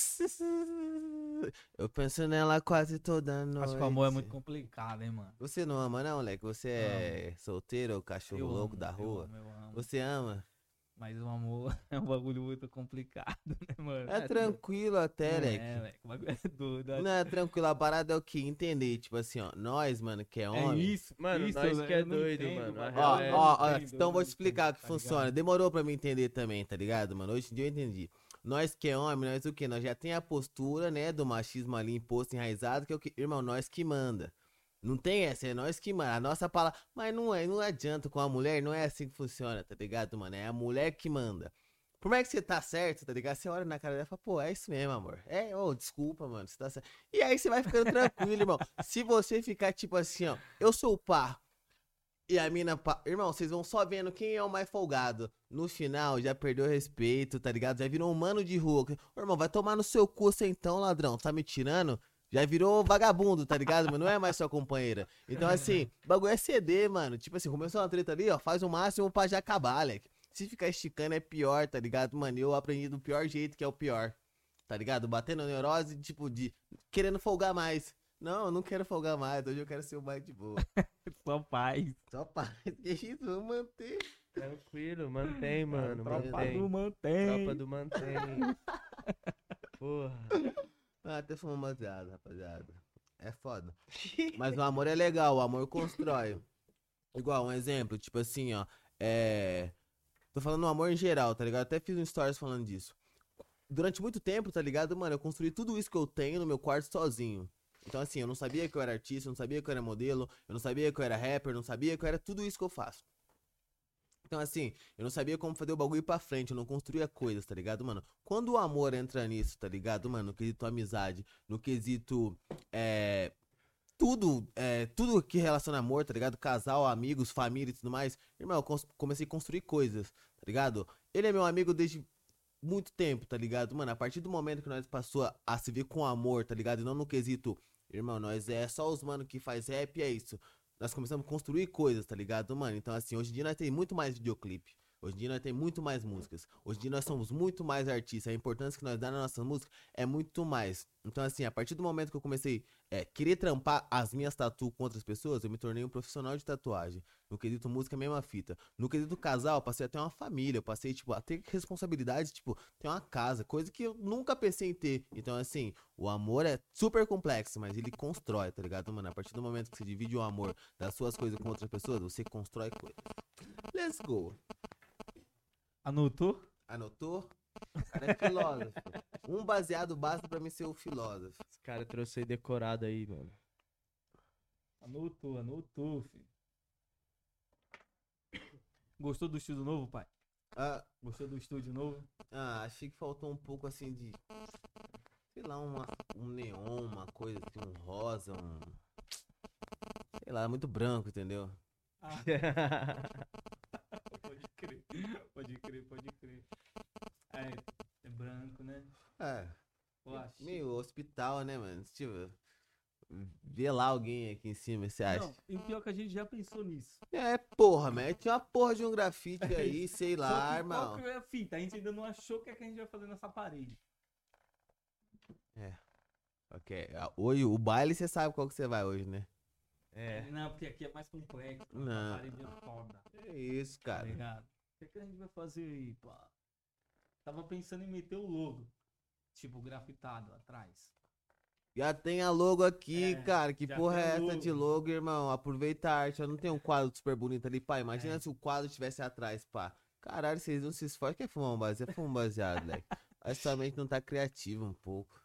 Eu penso nela quase toda noite. Acho que o amor é muito complicado, hein, mano. Você não ama, não, moleque? Você é solteiro ou cachorro Eu louco amo, da eu rua? amo, eu amo. Você ama? Mas o amor é um bagulho muito complicado, né, mano? É tranquilo até, Não moleque. é, moleque. O bagulho é doido. Não, é tranquilo. A parada é o que? Entender. Tipo assim, ó. Nós, mano, que é É homem. isso, Mano, isso, nós eu- que é eu não doido, entendo, mano. A bagulho. real Ó, é- ó, ó. Eu não Então vou entendo, te explicar o que tá funciona. ligado? Demorou pra mim entender também, tá ligado, mano? Hoje em dia eu entendi. Nós que é homem, nós o quê? Nós já tem a postura, né, do machismo ali imposto, enraizado, que é o que? Irmão, nós que manda. Não tem essa, é nós que manda. A nossa palavra. Mas não é, não adianta com a mulher, não é assim que funciona, tá ligado, mano? É a mulher que manda. Por mais que você tá certo, tá ligado? Você olha na cara dela e fala, pô, é isso mesmo, amor. É, ô, desculpa, mano, você tá certo. E aí você vai ficando tranquilo, irmão. Se você ficar tipo assim, ó, eu sou o pá. E a mina, pá. Irmão, vocês vão só vendo quem é o mais folgado. No final, já perdeu o respeito, tá ligado? Já virou um mano de rua. Ô, irmão, vai tomar no seu cu, você então, ladrão. Tá me tirando? Já virou vagabundo, tá ligado? Mas não é mais sua companheira. Então, assim, o bagulho é C D, mano. Tipo assim, começou uma treta ali, ó. Faz o máximo pra já acabar, Alec. Se ficar esticando é pior, tá ligado? Mano, eu aprendi do pior jeito, que é o pior. Tá ligado? Batendo neurose, tipo, de querendo folgar mais. Não, eu não quero folgar mais. Hoje eu quero ser o mais de boa. Só paz. Só paz. Que isso, vamos manter. Tranquilo, mantém, mano. Tropa Mantém. do mantém. Tropa do mantém. Porra. Ah, até fumou baseado, rapaziada. É foda. Mas o amor é legal, o amor constrói. Igual, um exemplo, tipo assim, ó. É. Tô falando no amor em geral, tá ligado? Até fiz um stories falando disso. Durante muito tempo, tá ligado, mano? Eu construí tudo isso que eu tenho no meu quarto sozinho. Então, assim, eu não sabia que eu era artista, eu não sabia que eu era modelo, eu não sabia que eu era rapper, eu não sabia que eu era tudo isso que eu faço. Então, assim, eu não sabia como fazer o bagulho ir pra frente, eu não construía coisas, tá ligado, mano? Quando o amor entra nisso, tá ligado, mano? No quesito amizade, no quesito, é... Tudo, é, tudo que relaciona amor, tá ligado? Casal, amigos, família e tudo mais. Irmão, eu cons- comecei a construir coisas, tá ligado? Ele é meu amigo desde muito tempo, tá ligado? Mano, a partir do momento que nós passou a, a se ver com amor, tá ligado? E não no quesito, irmão, nós é só os mano que faz rap e é isso. Nós começamos a construir coisas, tá ligado, mano? Então, assim, hoje em dia nós temos muito mais videoclipe. Hoje em dia nós temos muito mais músicas. Hoje em dia nós somos muito mais artistas. A importância que nós damos na nossa música é muito mais. Então, assim, a partir do momento que eu comecei a é, querer trampar as minhas tatu com outras pessoas, eu me tornei um profissional de tatuagem. No quesito música, a mesma fita. No quesito casal, eu passei a ter uma família. Eu passei, tipo, a ter responsabilidade, tipo, ter uma casa. Coisa que eu nunca pensei em ter. Então, assim, o amor é super complexo, mas ele constrói, tá ligado, mano? A partir do momento que você divide o amor das suas coisas com outras pessoas, você constrói coisas. Let's go. Anotou? Anotou? O cara é filósofo. Um baseado basta pra mim ser o filósofo. Esse cara trouxe aí decorado aí, mano. Anotou, anotou, filho. Gostou do estilo novo, pai? Ah, Gostou do estúdio novo? ah, achei que faltou um pouco assim de. Sei lá, uma, um neon, uma coisa assim, um rosa, um. Sei lá, muito branco, entendeu? Ah, pode crer. Pode crer, pode crer. É, é branco, né? É, Eu acho. meio hospital, né, mano? Tipo, vê lá alguém aqui em cima, você acha? Não, e o pior é que a gente já pensou nisso. É, porra, mete uma porra de um grafite aí, sei Só lá, que qual irmão. que é a fita? A gente ainda não achou o que é que a gente vai fazer nessa parede. É. Ok. ah, Hoje, o baile você sabe qual que você vai hoje, né? É. Não, porque aqui é mais complexo. Não. A parede é foda. É isso, Tá cara. ligado? O que, é que a gente vai fazer aí, pá? Tava pensando em meter o logo. Tipo, grafitado atrás. Já tem a logo aqui, É, cara. Que já porra tem a é essa logo. de logo, irmão? Aproveita a arte. Eu não tenho um quadro super bonito ali, pá. Imagina É. se o quadro estivesse atrás, pá. Caralho, vocês não se esforçam. Que é fumar um baseado? É fumar um baseado, moleque. Mas sua mente não tá criativa um pouco.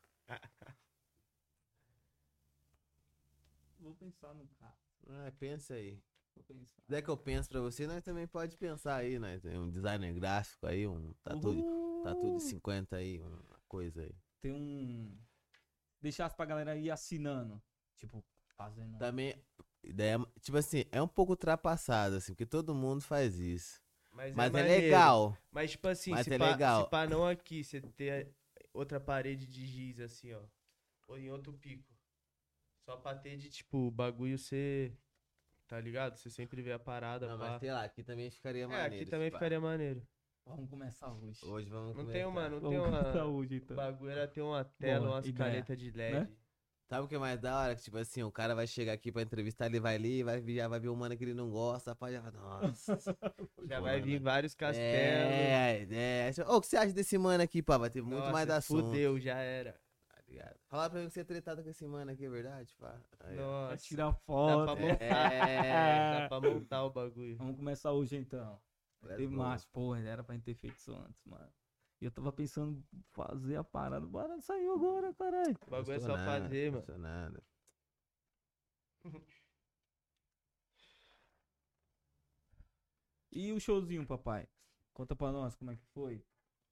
Vou pensar no cara. Ah, pensa aí. Vou pensar. Se quiser que eu pense pra você, nós também pode pensar aí, né? Tem um designer gráfico aí, um tatu, de- tatu de cinquenta aí, uma coisa aí. Tem um. Deixasse pra galera ir assinando. Tipo, fazendo. Também, ideia, tipo assim, é um pouco ultrapassado, assim, porque todo mundo faz isso. Mas, Mas é, maneiro. legal. Mas, tipo assim, Mas se, é pá, legal. se pá não aqui, você ter outra parede de giz, assim, ó. Ou em outro pico. Só pra ter de, tipo, o bagulho ser. Tá ligado? Você sempre vê a parada, Não, pá. mas sei lá, aqui também ficaria É, maneiro. aqui também pá. ficaria maneiro. Vamos começar hoje. Hoje vamos Não começar. tem uma, não tem Vamos começar uma. hoje, O então. bagulho era ter uma tela, Boa umas ideia, canetas de L E D. né? Sabe o que é mais da hora? Que, tipo assim, o cara vai chegar aqui pra entrevistar, ele vai ali, vai, vir- já vai ver um mano que ele não gosta, pá, já vai, nossa. Já Pô, vai mano. vir vários castelos. É, é. Ô, o que você acha desse mano aqui, pá? Vai ter muito Nossa, mais da assunto. fudeu, já era. Tá ligado? Fala pra mim que você é tretado com esse mano aqui, é verdade, pá? Aí, ó. Vai Nossa. tirar Dá foto. pra montar. É. Dá pra montar o bagulho. Vamos começar hoje então. Vai ter Let's go. marcha, porra, era pra gente ter feito isso antes, mano. E eu tava pensando em fazer a parada, bora saiu agora, caralho. O bagulho é Gostou só nada, fazer, mano. gostou nada. E o showzinho, papai? Conta pra nós como é que foi.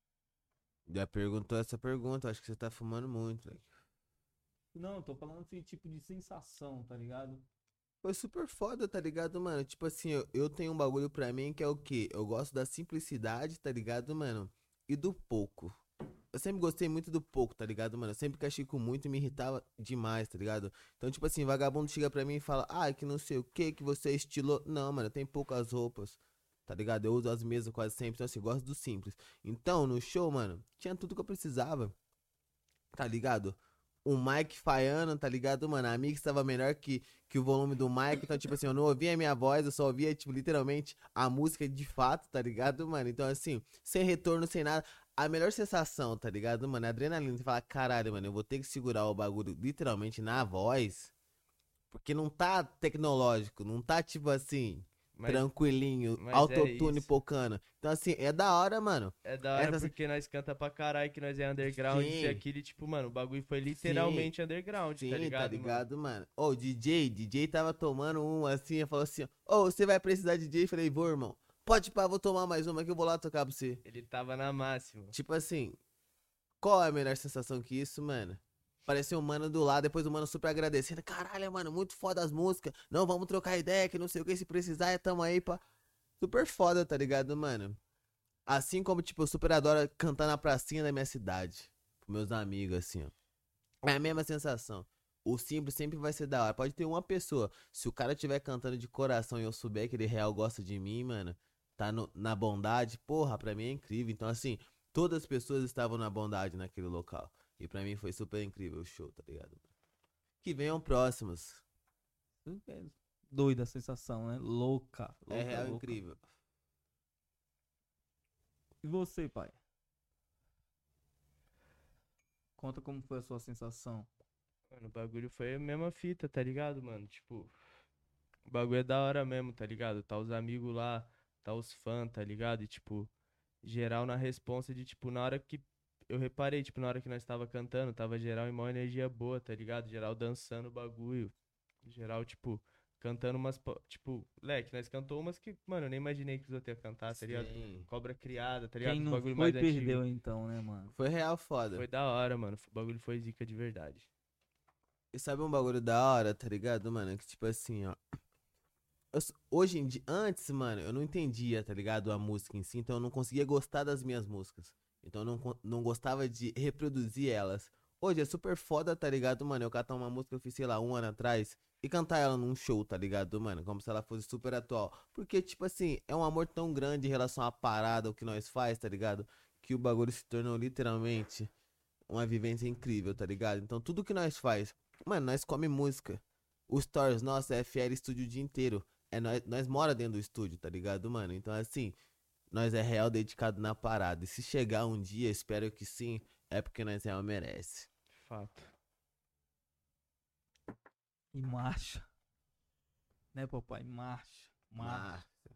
Já perguntou essa pergunta, acho que você tá fumando muito, velho. Não, tô falando assim, tipo de sensação, tá ligado? Foi super foda, tá ligado, mano? Tipo assim, eu, eu tenho um bagulho pra mim que é o quê? Eu gosto da simplicidade, tá ligado, mano? E do pouco. Eu sempre gostei muito do pouco, tá ligado, mano? Eu sempre cachei com muito e me irritava demais, tá ligado? Então, tipo assim, vagabundo chega pra mim e fala, ah, que não sei o que, que você é estilou. Não, mano, eu tenho poucas roupas, tá ligado? Eu uso as mesmas quase sempre, então assim, gosto do simples. Então, no show, mano, tinha tudo que eu precisava, tá ligado? O mic falhando, tá ligado, mano? A mix tava melhor que, que o volume do mic. Então, tipo assim, eu não ouvia a minha voz, eu só ouvia, tipo, literalmente a música de fato, tá ligado, mano? Então, assim, sem retorno, sem nada. A melhor sensação, tá ligado, mano? A adrenalina. Você fala, caralho, mano, eu vou ter que segurar o bagulho literalmente na voz. Porque não tá tecnológico, não tá, tipo assim, Mas tranquilinho, mas é autotune isso. pocando. Então, assim, é da hora, mano. é da hora Essa- porque nós canta pra caralho, que nós é underground, Sim. e aquele, tipo, mano, o bagulho foi literalmente underground, Sim, tá ligado, mano? ligado, mano? Ô, o D J, D J tava tomando um assim, eu falou assim, ô, você vai precisar de D J? Eu falei, vou, irmão. Pode pá, vou tomar mais uma que eu vou lá tocar pra você. Ele tava na máxima. Tipo assim, qual é a melhor sensação que isso, mano? Pareceu um mano do lado, depois o mano super agradecendo. Caralho, mano, muito foda as músicas. Não, vamos trocar ideia, que não sei o que, se precisar, tamo aí, pá. Super foda, tá ligado, mano? Assim como, tipo, eu super adoro cantar na pracinha da minha cidade. Com meus amigos, assim, ó. É a mesma sensação. O simples sempre vai ser da hora. Pode ter uma pessoa. Se o cara estiver cantando de coração e eu souber que ele real gosta de mim, mano, tá no- na bondade, porra, pra mim é incrível. Então, assim, todas as pessoas estavam na bondade naquele local. E pra mim foi super incrível o show, tá ligado? Que venham próximos. É doida a sensação, né? Louca. louca É real louca. incrível. E você, pai? Conta como foi a sua sensação. Mano, o bagulho foi a mesma fita, tá ligado, mano? Tipo, o bagulho é da hora mesmo, tá ligado? Tá os amigos lá, tá os fãs, tá ligado? E, tipo, geral na responsa de, tipo, na hora que eu reparei, tipo, na hora que nós tava cantando, tava geral em maior energia boa, tá ligado? Geral dançando o bagulho. Geral, tipo, cantando umas, po- tipo, leque, nós cantou umas que, mano, eu nem imaginei que os outros iam cantar, tá ligado? Sim. Cobra Criada, tá ligado? Quem Os não bagulho foi, mais antigo. perdeu então, né, mano? Foi real foda. Foi da hora, mano. O bagulho foi zica de verdade. E sabe um bagulho da hora, tá ligado, mano? Que tipo assim, ó. Eu s- hoje em dia, antes, mano, eu não entendia, tá ligado? A música em si, então eu não conseguia gostar das minhas músicas. Então eu não, con- não gostava de reproduzir elas. Hoje é super foda, tá ligado, mano? Eu catar uma música que eu fiz, sei lá, um ano atrás e cantar ela num show, tá ligado, mano? Como se ela fosse super atual. Porque, tipo assim, é um amor tão grande em relação à parada, o que nós faz, tá ligado? Que o bagulho se tornou literalmente uma vivência incrível, tá ligado? Então tudo que nós faz, mano, nós come música. O Stories nosso é F L Studio o dia inteiro. É nós, nós mora dentro do estúdio, tá ligado, mano? Então assim, nós é real dedicado na parada. E se chegar um dia, espero que sim, é porque nós real merece. Fato. E marcha. Né, papai? Marcha. Marcha. Mas,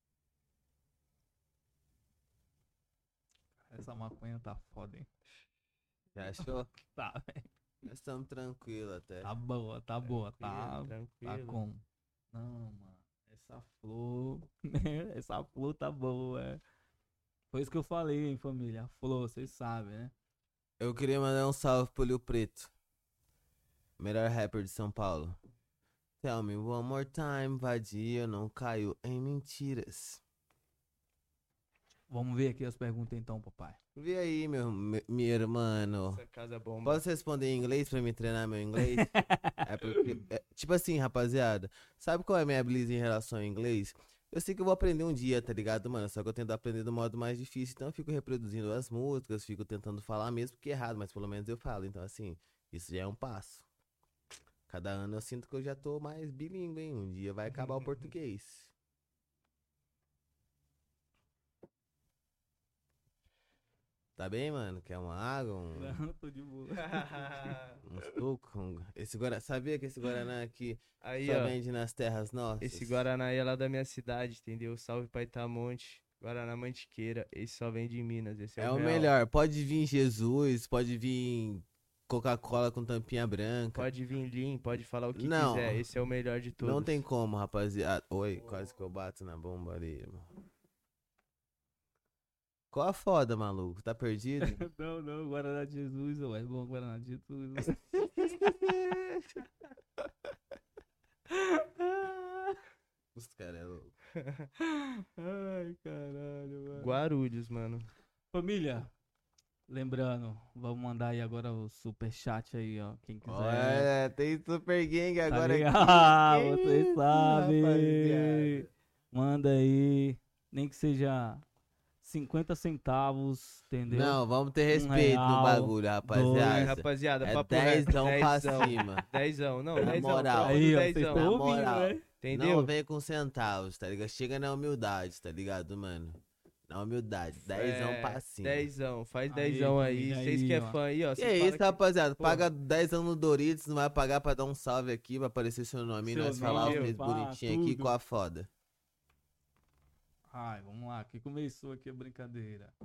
Essa maconha tá foda, hein? já achou? Tá, Nós estamos tranquilos até. tá boa, tá boa, tá, Tranquilo, tá tranquilo. como? Não, mano, essa flor, essa flor tá boa, é. Foi isso que eu falei, hein, família, a flor, vocês sabem, né? Eu queria mandar um salve pro Lil Preto, melhor rapper de São Paulo. Tell me one more time, vadia, eu não caio em mentiras. Vamos ver aqui as perguntas então, papai. Vê aí, meu, me- meu irmão. Essa casa bomba. Posso responder em inglês pra me treinar meu inglês? É porque, é, tipo assim, rapaziada, sabe qual é a minha brisa em relação ao inglês? Eu sei que eu vou aprender um dia, tá ligado, mano? Só que eu tento aprender do modo mais difícil, então eu fico reproduzindo as músicas, fico tentando falar mesmo que é errado, mas pelo menos eu falo. Então, assim, isso já é um passo. Cada ano eu sinto que eu já tô mais bilíngue, hein? Um dia vai acabar o português. Tá bem, mano? Quer uma água? Um, Não, tô de boa. um suco? Um... Esse Guaraná, sabia que esse Guaraná aqui Aí, só ó. vende nas terras nossas? Esse Guaraná aí é lá da minha cidade, entendeu? Salve pra Itamonte. Guaraná Mantiqueira. Esse só vende em Minas. Esse é, É o o real. melhor. Pode vir Jesus, pode vir Coca-Cola com tampinha branca. Pode vir Lean, pode falar o que Não. quiser. Esse é o melhor de todos. Não tem como, rapaziada. Oi, quase que eu bato na bomba ali, irmão. Qual a foda, maluco? Tá perdido? Não, não, Guaraná de Jesus, ó, é bom Guaraná de Jesus. Os caras é louco. Ai, caralho, mano. Guarulhos, mano. Família, lembrando, vamos mandar aí agora o superchat aí, ó. Quem quiser. Olha, tem Super Gang Tá agora ligado? aqui. Ah, Que vocês isso, sabem. rapaziada. Manda aí. Nem que seja cinquenta centavos, entendeu? Não, vamos ter respeito no real, bagulho, Aí, rapaziada. rapaziada, É papo reto. dezão pra Dezão. cima. Dezão, não, Na dezão. moral. troca do Aí, ó, vocês dezão. estão Na ouvindo, moral. né? Entendeu? Não vem com centavos, tá ligado? Chega na humildade, tá ligado, mano? Na humildade. Dezão É, pra cima. Dezão, faz Aí, dezão aí. família, Vocês aí, que é ó. fã aí, ó. Que vocês é falam isso, que- rapaziada? Pô. Paga dezão no Doritos, não vai pagar pra dar um salve aqui, pra aparecer seu nome e Seu nós falar nome, os meus pá, bonitinhos aqui tudo. com a foda. Ai, vamos lá, que começou aqui a brincadeira.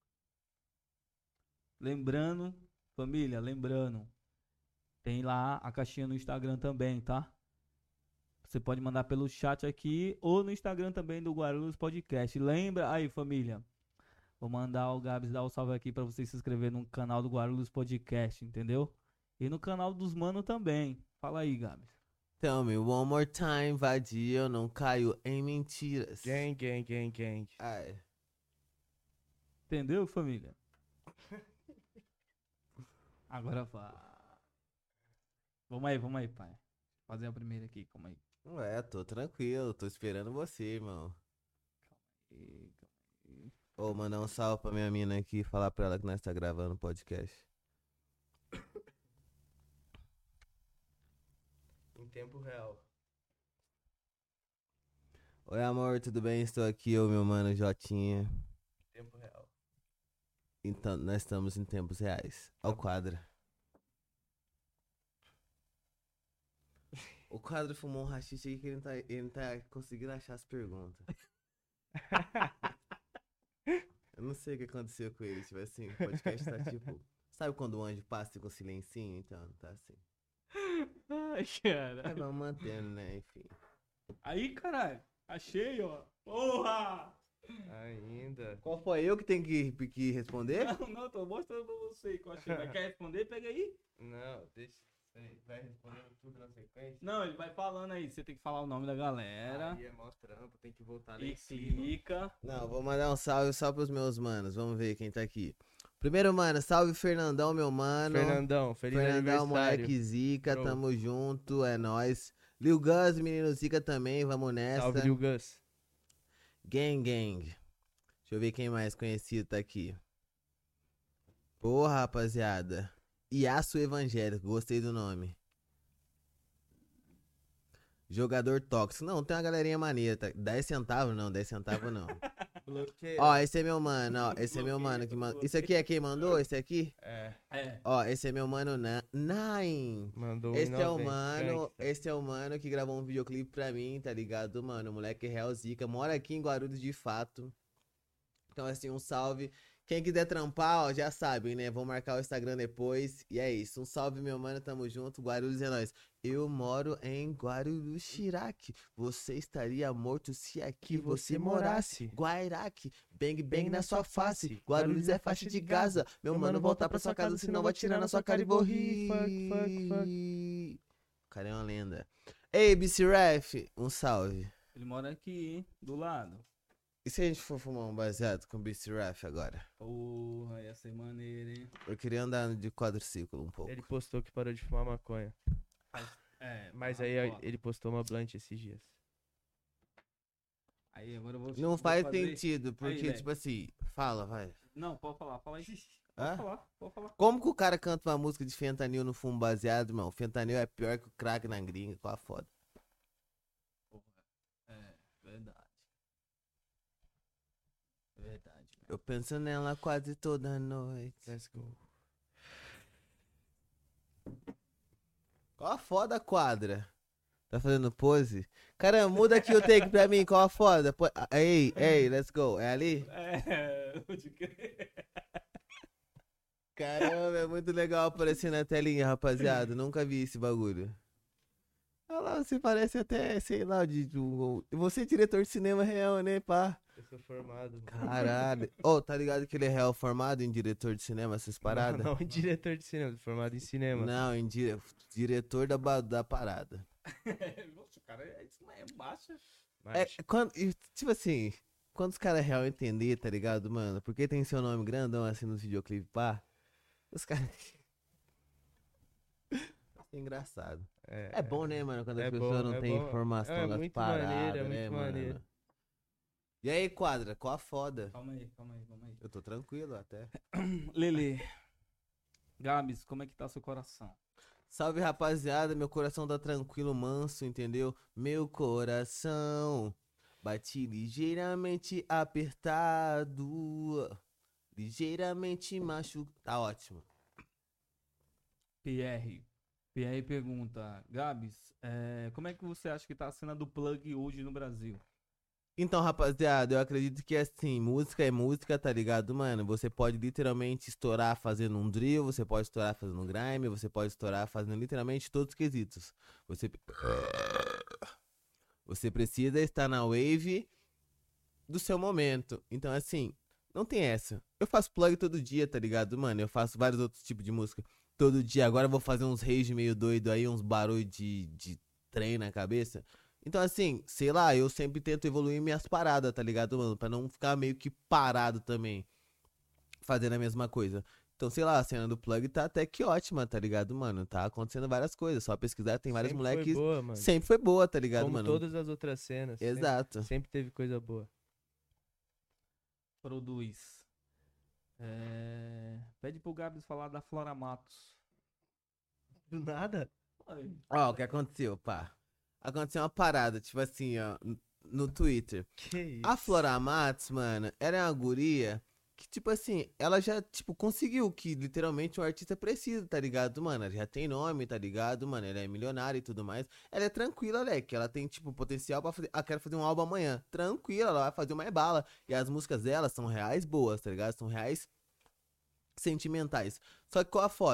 Lembrando, família, lembrando, tem lá a caixinha no Instagram também, tá? Você pode mandar pelo chat aqui ou no Instagram também do Guarulhos Podcast. Lembra aí, família? Vou mandar o Gabs dar o salve aqui pra você se inscrever no canal do Guarulhos Podcast, entendeu? E no canal dos Mano também. Fala aí, Gabs. Tell me one more time, vadia, eu não caio em mentiras. Gang, gang, gang, gang. Ai. Entendeu, família? Agora vai. Vamos aí, vamos aí, pai. Fazer a primeira aqui, calma aí. Ué, tô tranquilo, tô esperando você, irmão. E- Ô, mandar um salve pra minha mina aqui e falar pra ela que nós tá gravando o podcast. Em tempo real. Oi, amor, tudo bem? Estou aqui, eu, meu mano Jotinha. Tempo real. Então, nós estamos em tempos reais. Ó o quadro. O quadro fumou um rachixe aí que ele não tá, ele não tá conseguindo achar as perguntas. Eu não sei o que aconteceu com ele, tipo assim, o podcast tá tipo... Sabe quando o anjo passa com silencinho? Então, tá assim. Ai, Mas cara. vamos mantendo, né, enfim. Aí, caralho. Achei, ó. Porra! Ainda. Qual foi eu que tenho que, que responder? Não, não, tô mostrando pra você que eu achei. Mas quer responder? Pega aí. Não, deixa. Você vai respondendo tudo na sequência. Não, ele vai falando aí. Você tem que falar o nome da galera. Aí é mó trampo, tem que voltar lá E em cima. clica. Não, vou mandar um salve só pros meus manos. Vamos ver quem tá aqui. Primeiro, mano, salve Fernandão, meu mano. Fernandão, feliz Fernandão, aniversário. moleque zica, Bro. tamo junto, é nóis. Lil Gus, menino zica também, vamos nessa. Salve, Lil Gus. Gang, gang. Deixa eu ver quem mais conhecido tá aqui. Porra, rapaziada. Iaço Evangélico, gostei do nome. Jogador tóxico. Não, tem uma galerinha maneira. Tá? dez centavos não, dez centavos não. Bloqueio. Ó, esse é meu mano, ó. Esse é meu mano que mandou. Isso aqui é quem mandou? Esse aqui? É, É. Ó, esse é meu mano Na- Nine. mandou Esse é o noventa, mano, gangsta. esse é o mano que gravou um videoclipe pra mim, tá ligado, mano? O moleque é real zica, mora aqui em Guarulhos de fato. Então, assim, um salve. Quem quiser trampar, ó, já sabe, né? Vou marcar o Instagram depois. E é isso. Um salve, meu mano. Tamo junto. Guarulhos é nóis. Eu moro em Guarulhos, Chirac. Você estaria morto se aqui você morasse. Guairaque, bang bang na sua face. Guarulhos é faixa de Gaza. Meu mano, voltar pra sua casa, senão vai tirar na sua cara e vou rir. Fuck, fuck, fuck. O cara é uma lenda. Ei, B C Ref, um salve. Ele mora aqui, hein? Do lado. E se a gente for fumar um baseado com B C Ref agora? Porra, ia ser maneiro, hein? Eu queria andar de quadriciclo um pouco. Ele postou que parou de fumar maconha. É, Mas tá aí foda. ele postou uma blunt esses dias. Aí agora eu vou. Não vou faz fazer- sentido, porque, velho. tipo assim, fala, vai. Não, pode falar, fala aí. Pode Hã? falar, pode falar. Como que o cara canta uma música de fentanil no fumo baseado, irmão? Fentanil é pior que o crack na gringa, qual a foda? É, verdade. Verdade. Eu penso nela quase toda noite. Let's go. Qual a foda, quadra? Tá fazendo pose? Caramba, muda aqui o take pra mim, qual a foda? Pô, ei, ei, let's go. É ali? É, pode crer. Caramba, é muito legal aparecer na telinha, rapaziada. Nunca vi esse bagulho. Olha lá, você parece até, sei lá, de, de um- você é diretor de cinema real, né, pá? Eu sou formado. mano. Caralho. Ô, tá ligado que ele é real formado em diretor de cinema, essas paradas? Não, não em diretor de cinema, formado em cinema. Não, em dire... diretor da, ba- da parada. Nossa, o cara é isso mesmo, baixa. É, Mas, quando, e, tipo assim, quando os caras real entender, tá ligado, mano? Porque tem seu nome grandão assim nos videoclipes, pá. Os caras. É engraçado. É bom, né, mano, quando É as bom, pessoas não é têm bom. informação É das muito paradas, maneiro, é né, muito mano? maneiro. E aí, quadra, qual a foda? Calma aí, calma aí, calma aí. Eu tô tranquilo até. Lele. Gabs, como é que tá seu coração? Salve, rapaziada, meu coração tá tranquilo, manso, entendeu? Meu coração bate ligeiramente apertado, ligeiramente machucado. Tá ótimo. P R. P R pergunta, Gabs, é, como é que você acha que tá a cena do plug hoje no Brasil? Então, rapaziada, eu acredito que assim, música é música, tá ligado, mano? Você pode literalmente estourar fazendo um drill, você pode estourar fazendo um grime, você pode estourar fazendo literalmente todos os quesitos. Você Você precisa estar na wave do seu momento. Então, assim, não tem essa. Eu faço plug todo dia, tá ligado, mano? Eu faço vários outros tipos de música todo dia. Agora eu vou fazer uns rage meio doido aí, uns barulhos de, de trem na cabeça. Então, assim, sei lá, eu sempre tento evoluir minhas paradas, tá ligado, mano? Pra não ficar meio que parado também, fazendo a mesma coisa. Então, sei lá, a cena do plug tá até que ótima, tá ligado, mano? Tá acontecendo várias coisas. Só pesquisar, tem vários sempre moleques. Foi boa, mano. Sempre foi boa, tá ligado, Como mano? todas as outras cenas. sempre- Exato. Sempre teve coisa boa. Produz. É, pede pro Gabs falar da Flora Matos. Do nada? Ai, Ó, o que aconteceu, pá? Aconteceu uma parada, tipo assim, ó, n- no Twitter. Que isso? A Flora Matos, mano, era uma guria que, tipo assim, ela já, tipo, conseguiu o que literalmente um artista precisa, tá ligado, mano? Ela já tem nome, tá ligado, mano? Ela é milionária e tudo mais. Ela é tranquila, leque. Ela tem, tipo, potencial pra fazer. Ah, quero fazer um álbum amanhã. Tranquila, ela vai fazer uma bala. E as músicas dela são reais boas, tá ligado? São reais sentimentais. Só que qual a foda?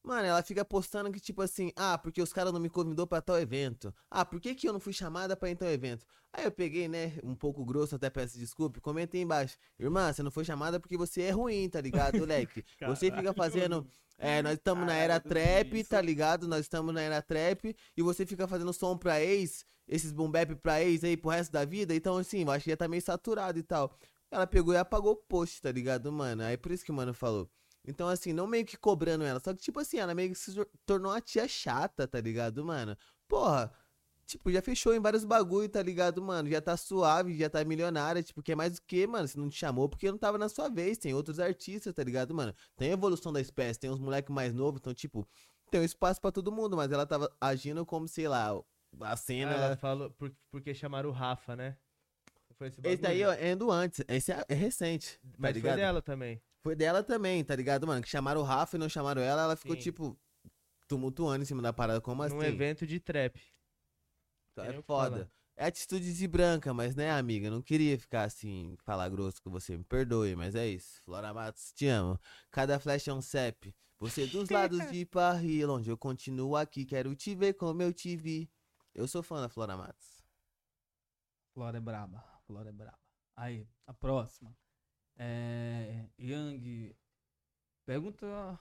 Mano, ela fica postando que, tipo assim, ah, porque os caras não me convidou pra tal evento. Ah, por que que eu não fui chamada pra ir em tal evento? Aí eu peguei, né, um pouco grosso, até peço desculpa, comentei embaixo. Irmã, você não foi chamada porque você é ruim, tá ligado, moleque? Você fica fazendo... É, nós estamos na era trap, tá ligado? Nós estamos na era trap e você fica fazendo som pra ex, esses boom bap pra ex aí pro resto da vida. Então, assim, eu acho que já tá meio saturado e tal. Ela pegou e apagou o post, tá ligado, mano? Aí por isso que o mano falou. Então, assim, não meio que cobrando ela, só que, tipo assim, ela meio que se tornou uma tia chata, tá ligado, mano? Porra, tipo, já fechou em vários bagulho, tá ligado, mano? Já tá suave, já tá milionária, tipo, quer mais do que, mano? Se não te chamou porque não tava na sua vez, tem outros artistas, tá ligado, mano? Tem a evolução da espécie, tem uns moleques mais novos, então, tipo, tem um espaço pra todo mundo, mas ela tava agindo como, sei lá, a cena... Ah, ela falou por, porque chamaram o Rafa, né? Foi esse Esse daí, ó, é do antes, esse é, é recente, tá Mas ligado? foi dela também. Foi dela também, tá ligado, mano? Que chamaram o Rafa e não chamaram ela, ela ficou, Sim. tipo, tumultuando em cima da parada, como assim? Num evento de trap. Então Tem é nem o que foda. falar. É atitude de branca, mas né, amiga? Não queria ficar assim, falar grosso com você, me perdoe, mas é isso. Flora Matos, te amo. Cada flecha é um C E P. Você dos lados de Parrilla, onde eu continuo aqui, quero te ver como eu te vi. Eu sou fã da Flora Matos. Flora é braba. Flora é braba. Aí, a próxima. É. Yang. Pergunta.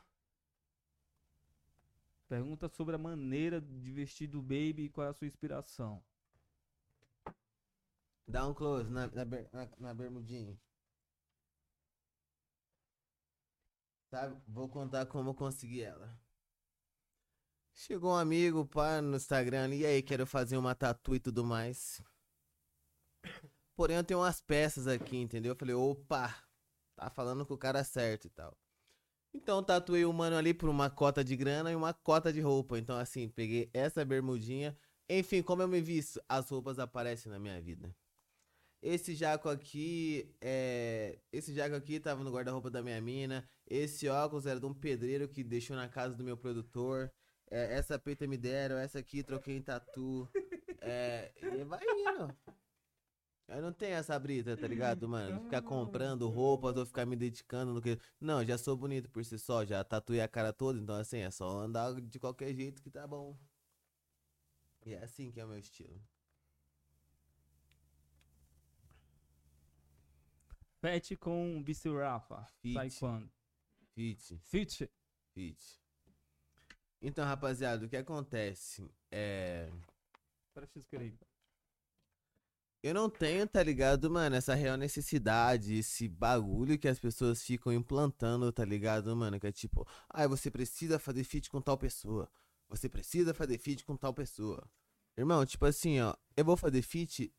Pergunta sobre a maneira de vestir do Baby e qual é a sua inspiração. Dá um close na, na, ber- na, na bermudinha. Sabe? Vou contar como eu consegui ela. Chegou um amigo, pá, no Instagram ali, e aí, quero fazer uma tatu e tudo mais. Porém, eu tenho umas peças aqui, entendeu? Eu falei, opa, tá falando com o cara certo e tal. Então, tatuei o mano ali por uma cota de grana e uma cota de roupa. Então, assim, peguei essa bermudinha. Enfim, como eu me visto, as roupas aparecem na minha vida. Esse jaco aqui, é... Esse jaco aqui tava no guarda-roupa da minha mina. Esse óculos era de um pedreiro que deixou na casa do meu produtor. É, essa peita me deram, essa aqui troquei em tatu. É... E vai indo. Eu não tenho essa brita, tá ligado, mano? De ficar comprando roupas ou ficar me dedicando no que... Não, já sou bonito por si só, já tatuei a cara toda, então assim, é só andar de qualquer jeito que tá bom. E é assim que é o meu estilo. Pet com Vice Rafa. Fit. Sai quando? Fit, Fit. fit. Então, rapaziada, o que acontece? É... Presta aí. Eu não tenho, tá ligado, mano, essa real necessidade, esse bagulho que as pessoas ficam implantando, tá ligado, mano? Que é tipo, ah, você precisa fazer feat com tal pessoa. Você precisa fazer feat com tal pessoa. Irmão, tipo assim, ó, eu vou fazer feat.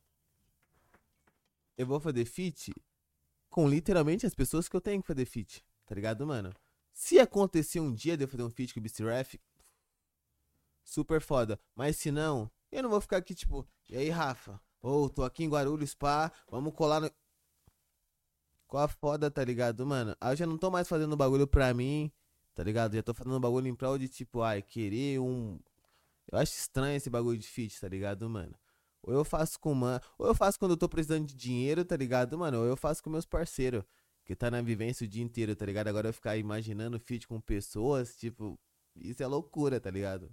Eu vou fazer feat com literalmente as pessoas que eu tenho que fazer feat, tá ligado, mano? Se acontecer um dia de eu fazer um feat com o B C Ref, super foda. Mas se não, eu não vou ficar aqui, tipo, e aí, Rafa? Ô, oh, tô aqui em Guarulhos, pá, vamos colar no... Qual a foda, tá ligado, mano? Aí eu já não tô mais fazendo bagulho pra mim, tá ligado? Já tô fazendo bagulho em prol de, tipo, ai, querer um... Eu acho estranho esse bagulho de feat, tá ligado, mano? Ou eu faço com mano, ou eu faço quando eu tô precisando de dinheiro, tá ligado, mano? Ou eu faço com meus parceiros, que tá na vivência o dia inteiro, tá ligado? Agora eu ficar imaginando feat com pessoas, tipo, isso é loucura, tá ligado?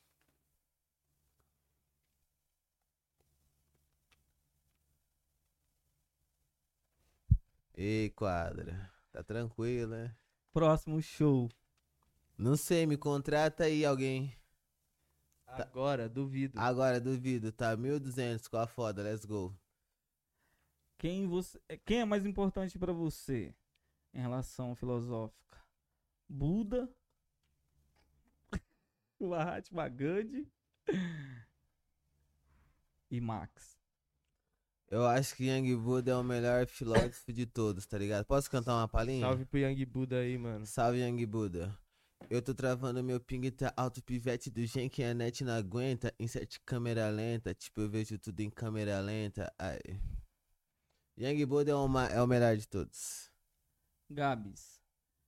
Ei, quadra. Tá tranquilo, né? Próximo show. Não sei, me contrata aí alguém. Agora, duvido. Agora, duvido, tá? mil e duzentos com a foda, let's go. Quem, você, quem é mais importante pra você em relação filosófica? Buda? Mahatma Gandhi? E Max? Eu acho que Young Buddha é o melhor filósofo de todos, tá ligado? Posso cantar uma palhinha? Salve pro Young Buda aí, mano. Salve, Young Buddha. Eu tô travando meu ping, tá alto, pivete do gen que a net não aguenta. Insert câmera lenta, tipo eu vejo tudo em câmera lenta. Ai. Young Buddha é, uma, é o melhor de todos. Gabs.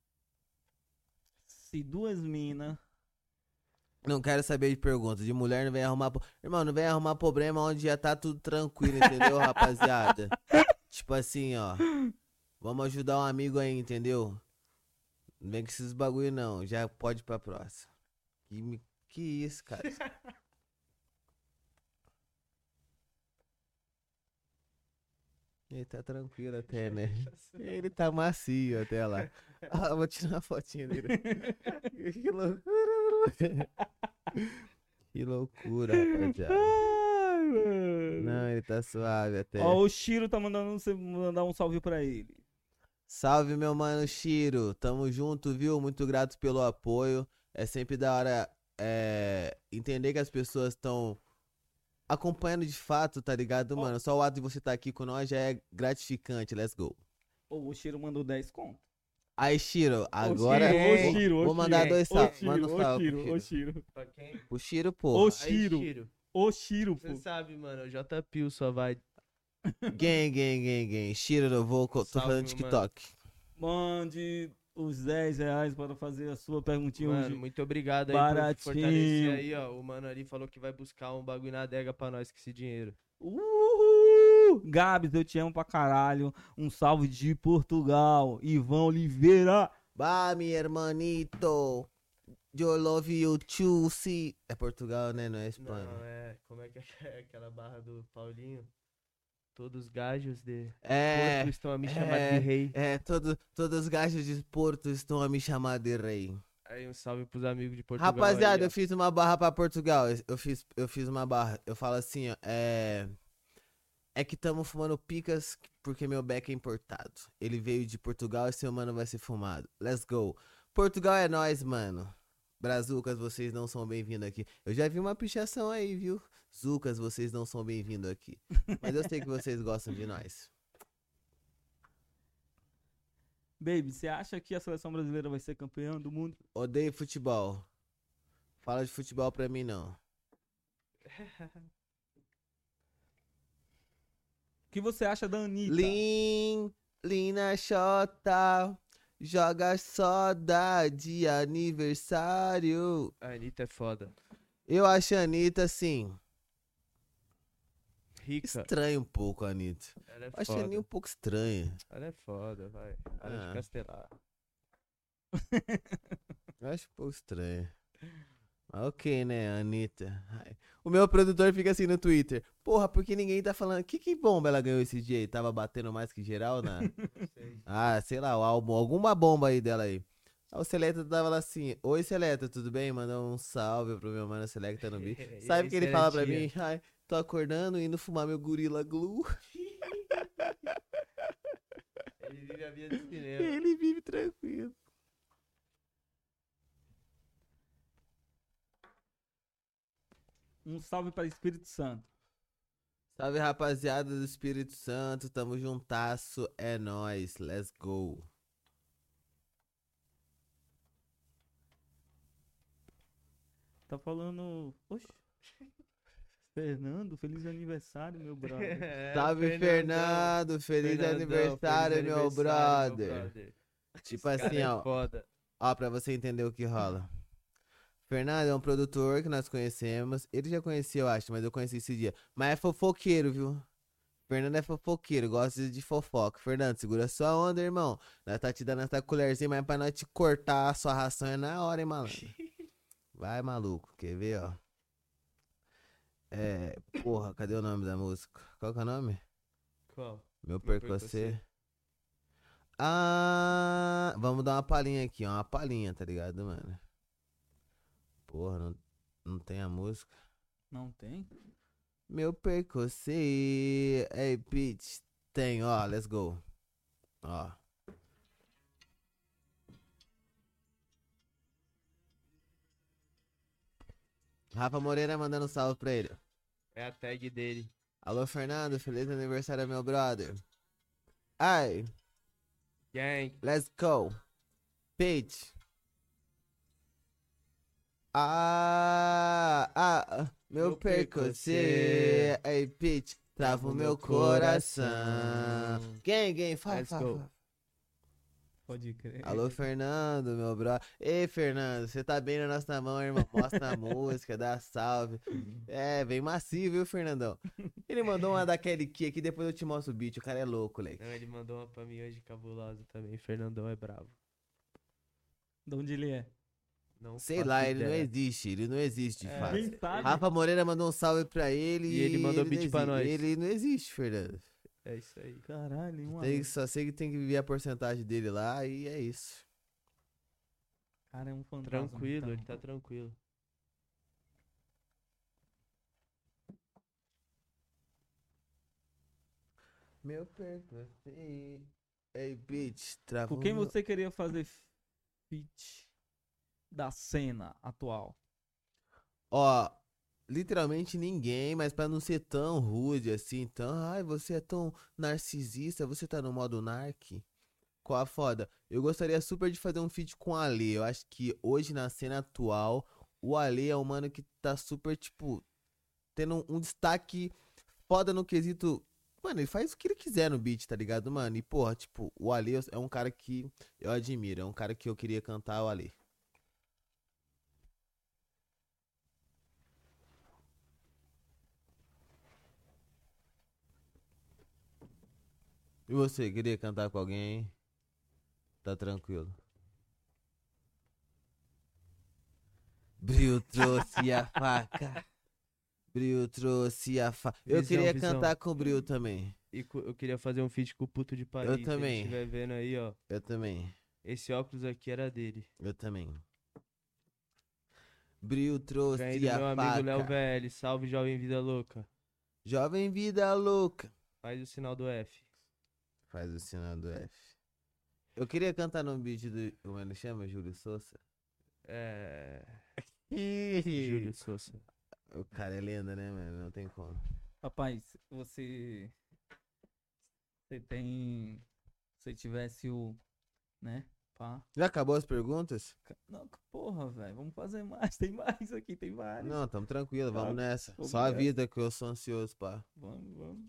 Se duas minas... Não quero saber de perguntas. De mulher não vem arrumar... po- Irmão, não vem arrumar problema onde já tá tudo tranquilo, entendeu, rapaziada? Tipo assim, ó. Vamos ajudar um amigo aí, entendeu? Não vem com esses bagulho não, já pode ir pra próxima. Que, me- que isso, cara? Ele tá tranquilo até, né? Ele tá macio até lá. Ah, vou tirar uma fotinha dele. Que loucura, que loucura, rapaziada. Ai, mano. Não, ele tá suave até. Ó, o Chiro tá mandando você mandar um salve pra ele. Salve, meu mano Chiro. Tamo junto, viu? Muito grato pelo apoio. É sempre da hora é, entender que as pessoas estão acompanhando de fato, tá ligado, mano? Só o ato de você estar aqui com nós já é gratificante. Let's go. Ô, o Chiro mandou dez conto. Aí, Chiro, agora Chiro, ô, vou, Chiro, ô, vou mandar Chiro. dois Ô, salves. Chiro, Manda um ô, salve Chiro, pro ô, Chiro. Chiro. Pra quem? Pro Chiro, Ô, pô. Chiro. Aí, Chiro. Ô, Chiro, pô. Você sabe, mano, o J P só vai. Gang, gang, gang, gang. Chiro, eu vou, tô Salve, fazendo meu TikTok. Mande os dez reais para fazer a sua perguntinha Mano, hoje. muito obrigado aí Baratinho. por fortalecer aí, ó. O mano ali falou que vai buscar um bagulho na adega pra nós com esse dinheiro. Uhul! Gabs, eu te amo pra caralho. Um salve de Portugal. Ivan Oliveira. Bah, mi hermanito. Eu love you too, see. É Portugal, né? Não é Espanha. Não, é. Como é que é aquela barra do Paulinho? Todos os gajos de É, Porto estão a me chamar é, de rei. é, todo, todos os gajos de Porto estão a me chamar de rei. Aí um salve pros amigos de Portugal. Rapaziada, aí, ó. eu fiz uma barra pra Portugal. Eu fiz, eu fiz uma barra. Eu falo assim, ó. É, é que tamo fumando picas porque meu beck é importado. Ele veio de Portugal e seu mano vai ser fumado. Let's go. Portugal é nós, mano. Brazucas, vocês não são bem-vindos aqui. Eu já vi uma pichação aí, viu? Zucas, vocês não são bem-vindos aqui. Mas eu sei que vocês gostam de nós. Baby, você acha que a seleção brasileira vai ser campeã do mundo? Odeio futebol. Fala de futebol pra mim, não. O que você acha da Anitta? Lin, Lina Xota, joga soda de aniversário. A Anitta é foda. Eu acho a Anitta, assim, Rica. estranha um pouco a Anitta. Ela é Eu acho a foda. Anitta um pouco estranha. Ela é foda, vai. Para Ah. de castelar. Eu acho um pouco estranha. Mas ok, né, Anitta. Ai. O meu produtor fica assim no Twitter. Porra, porque ninguém tá falando. Que que bomba ela ganhou esse dia aí? Tava batendo mais que geral na. Sei. Ah, sei lá, o álbum, alguma bomba aí dela aí. Aí o Selecta tava lá assim, oi Selecta, tudo bem? Mandou um salve pro meu mano Selecta no beat. E Sabe aí, o que ele fala pra Seletinha? mim? Ai, tô acordando, indo fumar meu gorila glue. Ele vive a vida do cinema. Ele vive tranquilo. Um salve para Espírito Santo. Salve rapaziada do Espírito Santo, tamo juntasso, é nóis, let's go. Tá falando. Oxe. Fernando, feliz aniversário, meu brother. É, Salve Fernando, feliz Fernandão, aniversário, feliz meu aniversário, brother. meu brother. Tipo Esse assim, cara é ó, foda. ó, pra você entender o que rola. Fernando é um produtor que nós conhecemos. Ele já conhecia, eu acho, mas eu conheci esse dia. Mas é fofoqueiro, viu? Fernando é fofoqueiro, gosta de fofoca. Fernando, segura sua onda, irmão. Nós tá te dando essa colherzinha, mas pra nós te cortar a sua ração é na hora, hein, malandro? Vai, maluco. Quer ver, ó? É, porra, cadê o nome da música? Qual que é o nome? Qual? Meu Meu percocê. Ah, vamos dar uma palhinha aqui, ó. Uma palhinha, tá ligado, mano? Porra, não, não tem a música. Não tem? Meu percocê. Ei, bitch. Tem, ó, let's go. Ó. Rafa Moreira mandando um salve pra ele. É a tag dele. Alô, Fernando, feliz aniversário, meu brother. Ai, Gang. let's go. Bitch. Ah, ah, ah, meu Meu percocê. percocê. Ei, bitch, trava o meu coração. Gang, gang, fala, Let's fala, go. fala. Pode crer. Alô, Fernando, meu brother. Ei, Fernando, você tá bem na nossa mão, irmão? Mostra a música, dá salve. É, vem macio, viu, Fernandão? Ele mandou uma da Kelly Key aqui, depois eu te mostro o beat. O cara é louco, moleque. Não, ele mandou uma pra mim hoje cabulosa também. Fernandão é bravo. De onde ele é? Não Sei faço lá, ele não ideia. existe, ele não existe, de É, fato. Quem sabe? Rafa Moreira mandou um salve pra ele E ele mandou não beat pra exi- nós. Ele não existe, Fernando. É isso aí. Caralho, mano. Tem, só sei que tem que ver a porcentagem dele lá e é isso. Cara, é um fantasma. Tranquilo, então. ele tá tranquilo. Meu perto, ei, ei, bitch, travou Com quem meu- você queria fazer feat da cena atual? Ó, literalmente ninguém, mas pra não ser tão rude assim, então, ai, você é tão narcisista, você tá no modo narc. Qual a foda? Eu gostaria super de fazer um feat com o Ale. Eu acho que hoje na cena atual, o Ale é um mano que tá super, tipo, tendo um, um destaque foda no quesito. Mano, ele faz o que ele quiser no beat, tá ligado, mano? E, porra, tipo, o Ale é um cara que eu admiro, é um cara que eu queria cantar, o Ale. E você, queria cantar com alguém? Tá tranquilo. Bril trouxe a faca. Bril trouxe a faca. Eu Visão, queria visão. cantar com o Bril também. E co- eu queria fazer um feat com o puto de Paris. Se também. ele estiver vendo aí, ó. Eu também. Esse óculos aqui era dele. Eu também. Bril trouxe Ganhei do a meu faca. amigo Léo V L. Salve, jovem vida louca. Jovem vida louca. Faz o sinal do F. Faz o sinal do F. Eu queria cantar no beat do. Como ele chama? Júlio Souza. É. Júlio Souza. O cara é lenda, né, mano? Não tem como. Rapaz, você. Você tem. Se tivesse o. Né? Pá. Já acabou as perguntas? Não, porra, velho. Vamos fazer mais. Tem mais aqui, tem vários. Não, tamo tranquilo, vamos Tá, nessa. vamos Só a nessa. vida que eu sou ansioso, pá. Vamos, vamos.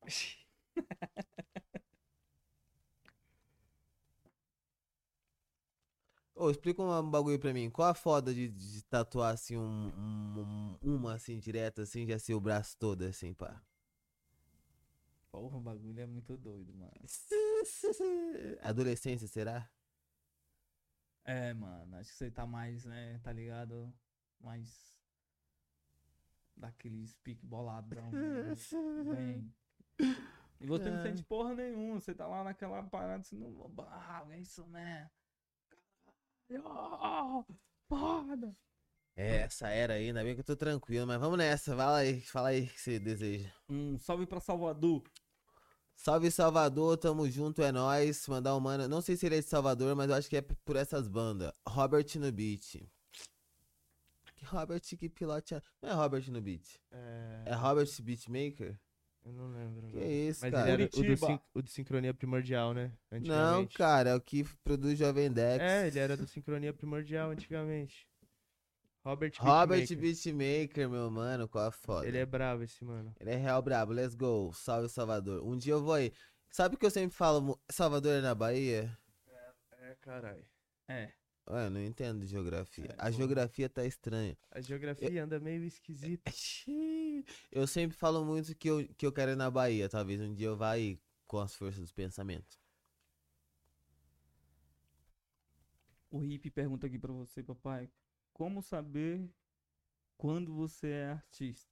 Ô, explica um bagulho pra mim. Qual a foda de, de tatuar assim um, um- um- uma assim direta assim, já ser o braço todo assim, pá? Porra, o bagulho é muito doido, mano. Adolescência, será? É, mano. Acho que você tá mais, né? Tá ligado? Mais. Daquele speak boladão. Né? Bem. E você não É. sente porra nenhuma. Você tá lá naquela parada assim, não. Ah, é isso mesmo. Caralho. Foda. É, essa era aí, ainda bem que eu tô tranquilo, mas vamos nessa, fala aí, fala aí o que você deseja. Um salve pra Salvador. Salve Salvador, tamo junto, é nóis. Mandar um mano, não sei se ele é de Salvador, mas eu acho que é por essas bandas. Robert no beat. Robert que pilote. Não é Robert no beat. É. É Robert Beatmaker? Eu não lembro. Que velho. isso, Mas cara. ele era o do, Curitiba. sin- o do Sincronia Primordial, né? Não, Antigamente. cara, é o que produz Jovem Dex. É, ele era do Sincronia Primordial antigamente. Robert Robert Beatmaker. Beatmaker, meu mano, qual a foda. Ele é bravo, esse mano. Ele é real brabo, let's go. Salve Salvador. Um dia eu vou aí. Sabe o que eu sempre falo? mu- Salvador é na Bahia? É, caralho. É. Ué, eu não entendo de geografia. É, A pô. geografia tá estranha. A geografia anda meio esquisita. Eu sempre falo muito que eu, que eu quero ir na Bahia. Talvez um dia eu vá aí com as forças do pensamento. O Hip pergunta aqui pra você, papai. Como saber quando você é artista?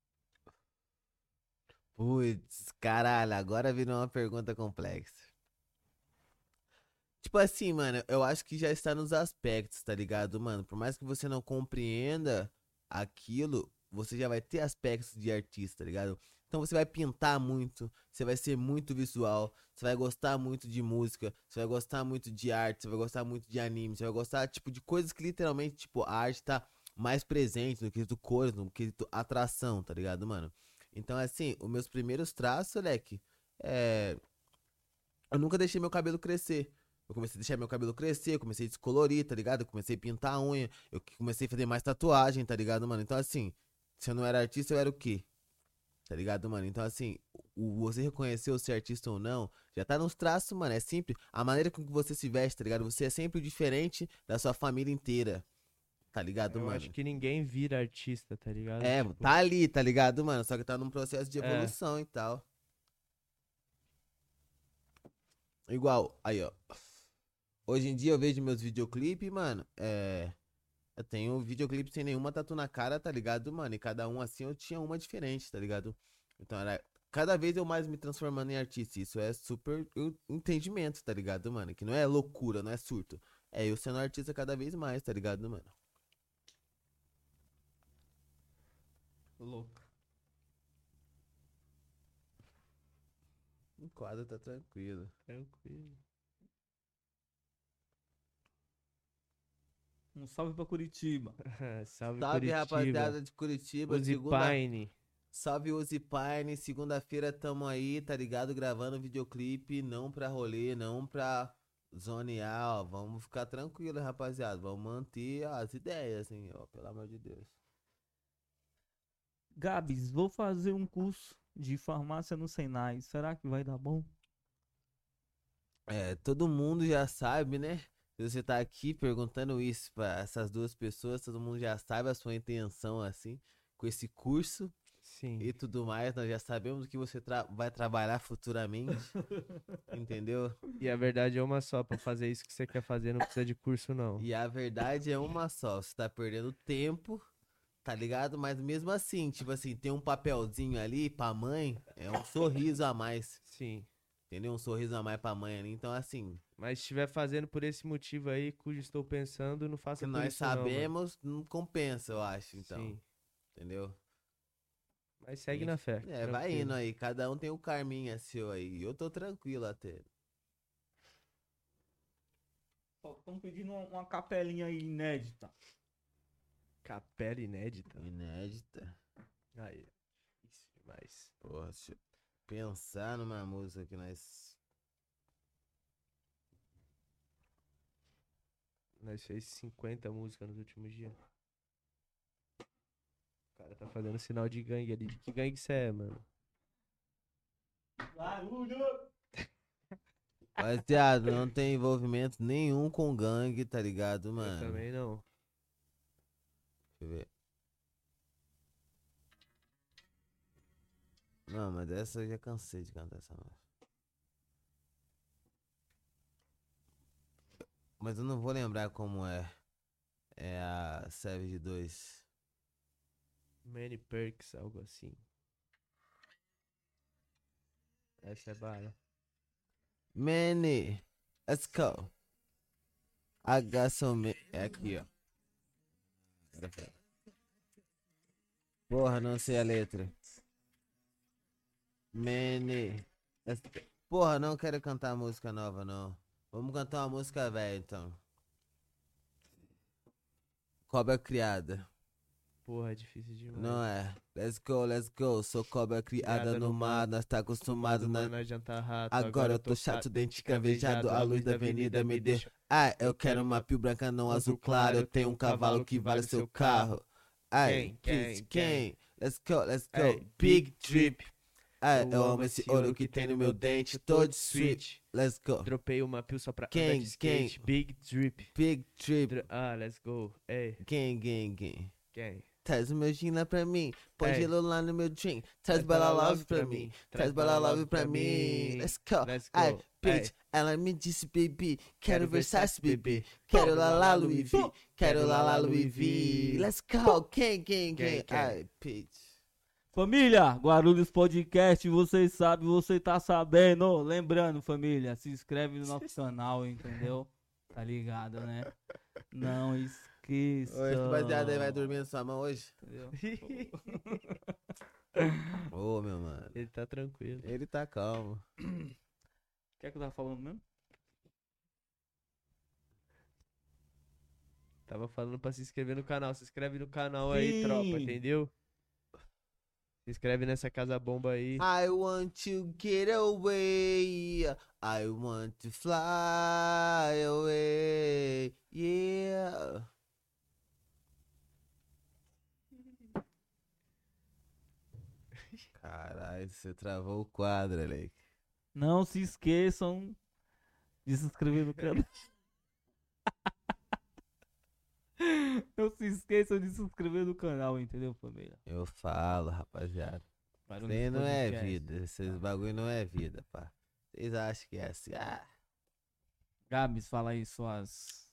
Putz, caralho, agora virou uma pergunta complexa. Tipo assim, mano, eu acho que já está nos aspectos, tá ligado, mano? Por mais que você não compreenda aquilo, você já vai ter aspectos de artista, tá ligado? Então você vai pintar muito, você vai ser muito visual, você vai gostar muito de música, você vai gostar muito de arte, você vai gostar muito de anime, você vai gostar, tipo, de coisas que literalmente, tipo, a arte tá mais presente no quesito cores, no quesito atração, tá ligado, mano? Então, assim, os meus primeiros traços, moleque, é... eu nunca deixei meu cabelo crescer. Eu comecei a deixar meu cabelo crescer, eu comecei a descolorir, tá ligado? Eu comecei a pintar a unha, eu comecei a fazer mais tatuagem, tá ligado, mano? Então, assim, se eu não era artista, eu era o quê? Tá ligado, mano? Então, assim, o, você reconheceu ser artista ou não, já tá nos traços, mano. É sempre a maneira com que você se veste, tá ligado? Você é sempre o diferente da sua família inteira, tá ligado, Eu mano? acho que ninguém vira artista, tá ligado? É, Tipo, tá ali, tá ligado, mano? Só que tá num processo de É. evolução e tal. Igual, aí, ó. Hoje em dia eu vejo meus videoclipes, mano, é... Eu tenho videoclipe sem nenhuma tatu na cara, tá ligado, mano? E cada um assim eu tinha uma diferente, tá ligado? Então era... Cada vez eu mais me transformando em artista. Isso é super eu- entendimento, tá ligado, mano? Que não é loucura, não é surto. É eu sendo artista cada vez mais, tá ligado, mano? Louco. O quadro tá tranquilo. Tranquilo. Um salve pra Curitiba. Salve, Salve, Curitiba. rapaziada de Curitiba. Uzi Segunda... Pine. Salve, Uzi Pine. Segunda-feira tamo aí, tá ligado? Gravando videoclipe. Não pra rolê, não pra zonear, ó. Vamos ficar tranquilo, rapaziada. Vamos manter as ideias, assim, ó. Pelo amor de Deus. Gabs, vou fazer um curso de farmácia no Senai. Será que vai dar bom? É, todo mundo já sabe, né? Se você tá aqui perguntando isso pra essas duas pessoas, todo mundo já sabe a sua intenção, assim, com esse curso Sim. e tudo mais. Nós já sabemos que você tra- vai trabalhar futuramente, entendeu? E a verdade é uma só. Pra fazer isso que você quer fazer, não precisa de curso, não. E a verdade é uma só, você tá perdendo tempo, tá ligado? Mas mesmo assim, tipo assim, tem um papelzinho ali pra mãe, é um sorriso a mais, Sim. entendeu? Um sorriso a mais pra mãe ali. Então, assim, Mas se estiver fazendo por esse motivo aí, cujo estou pensando, não faça que por nós isso não, mano. sabemos, não compensa, eu acho, então, Sim. entendeu? Mas segue Sim. na fé. É, vai tranquilo. indo aí, cada um tem o carminha seu aí. Eu tô tranquilo até. Estão pedindo uma, uma capelinha aí inédita. Capela inédita. Inédita. Aí. Isso demais. Porra, deixa eu pensar numa música que nós. Nós fez cinquenta músicas nos últimos dias. O cara tá fazendo sinal de gangue ali. De que gangue você é, mano? Barulho! Rapaziada, não tem envolvimento nenhum com gangue, tá ligado, Eu mano? também não. Deixa eu ver. Não, mas essa eu já cansei de cantar essa música. Mas eu não vou lembrar como é. É a Savage dois. Many Perks, algo assim. Essa é bala. Many. Let's go. I got so many. É aqui, ó. Porra, não sei a letra. Many. Let's go. Porra, não quero cantar música nova, não. Vamos cantar uma música velha, então. Cobra criada. Porra, é difícil demais. Não é. Let's go, let's go. Sou cobra criada no mar. Nós tá acostumado na. Mano, adianta rato. Agora eu tô chato, dente cravejado, a luz da avenida me deixa. Ah, eu quero uma pio branca, não azul claro. Eu tenho um cavalo que vale seu carro. Ai, Quem, quem, quem, quem? Let's go, let's go. Ei, Big Drip. drip. Ai, eu amo esse ouro que tem no meu dente, todo sweet. Let's go. Dropei uma pio só pra Quem, andar de skate. quem? Big Drip. Big drip. Dro- Ah, let's go. Ei, Quem, quem, quem? quem? Traz o meu gin lá pra mim. Põe Ei. gelo lá no meu drink. Traz bala love pra mim. Traz bala love pra mim. Let's go. Let's Ai, go. bitch, Ei. ela me disse, baby. Quero Quero Versace, Versace, baby. baby. Quero Lala Louis V. Pum. Quero Lala Louis V. Let's go. Quem, quem, quem? Quem, quem? Ai, bitch. Família, Guarulhos Podcast, vocês sabem, você tá sabendo. Lembrando, família, se inscreve no nosso canal, entendeu? Tá ligado, né? Não esqueça. Oi, rapaziada aí vai dormir na sua mão hoje? Entendeu? Ô, meu mano. Ele tá tranquilo. Ele tá calmo. O que é que eu tava falando mesmo? Tava falando pra se inscrever no canal. Se inscreve no canal aí, Sim. tropa, entendeu? Se inscreve nessa casa bomba aí. I want to get away. I want to fly away. Yeah. Caralho, você travou o quadro, Alec. Não se esqueçam de se inscrever no canal. Não se esqueçam de se inscrever no canal, entendeu, família? Eu falo, rapaziada. Guarulhos Isso aí não é Podcast. vida. Esses bagulho não é vida, pá. Vocês acham que é assim? Ah, Gabs, fala aí suas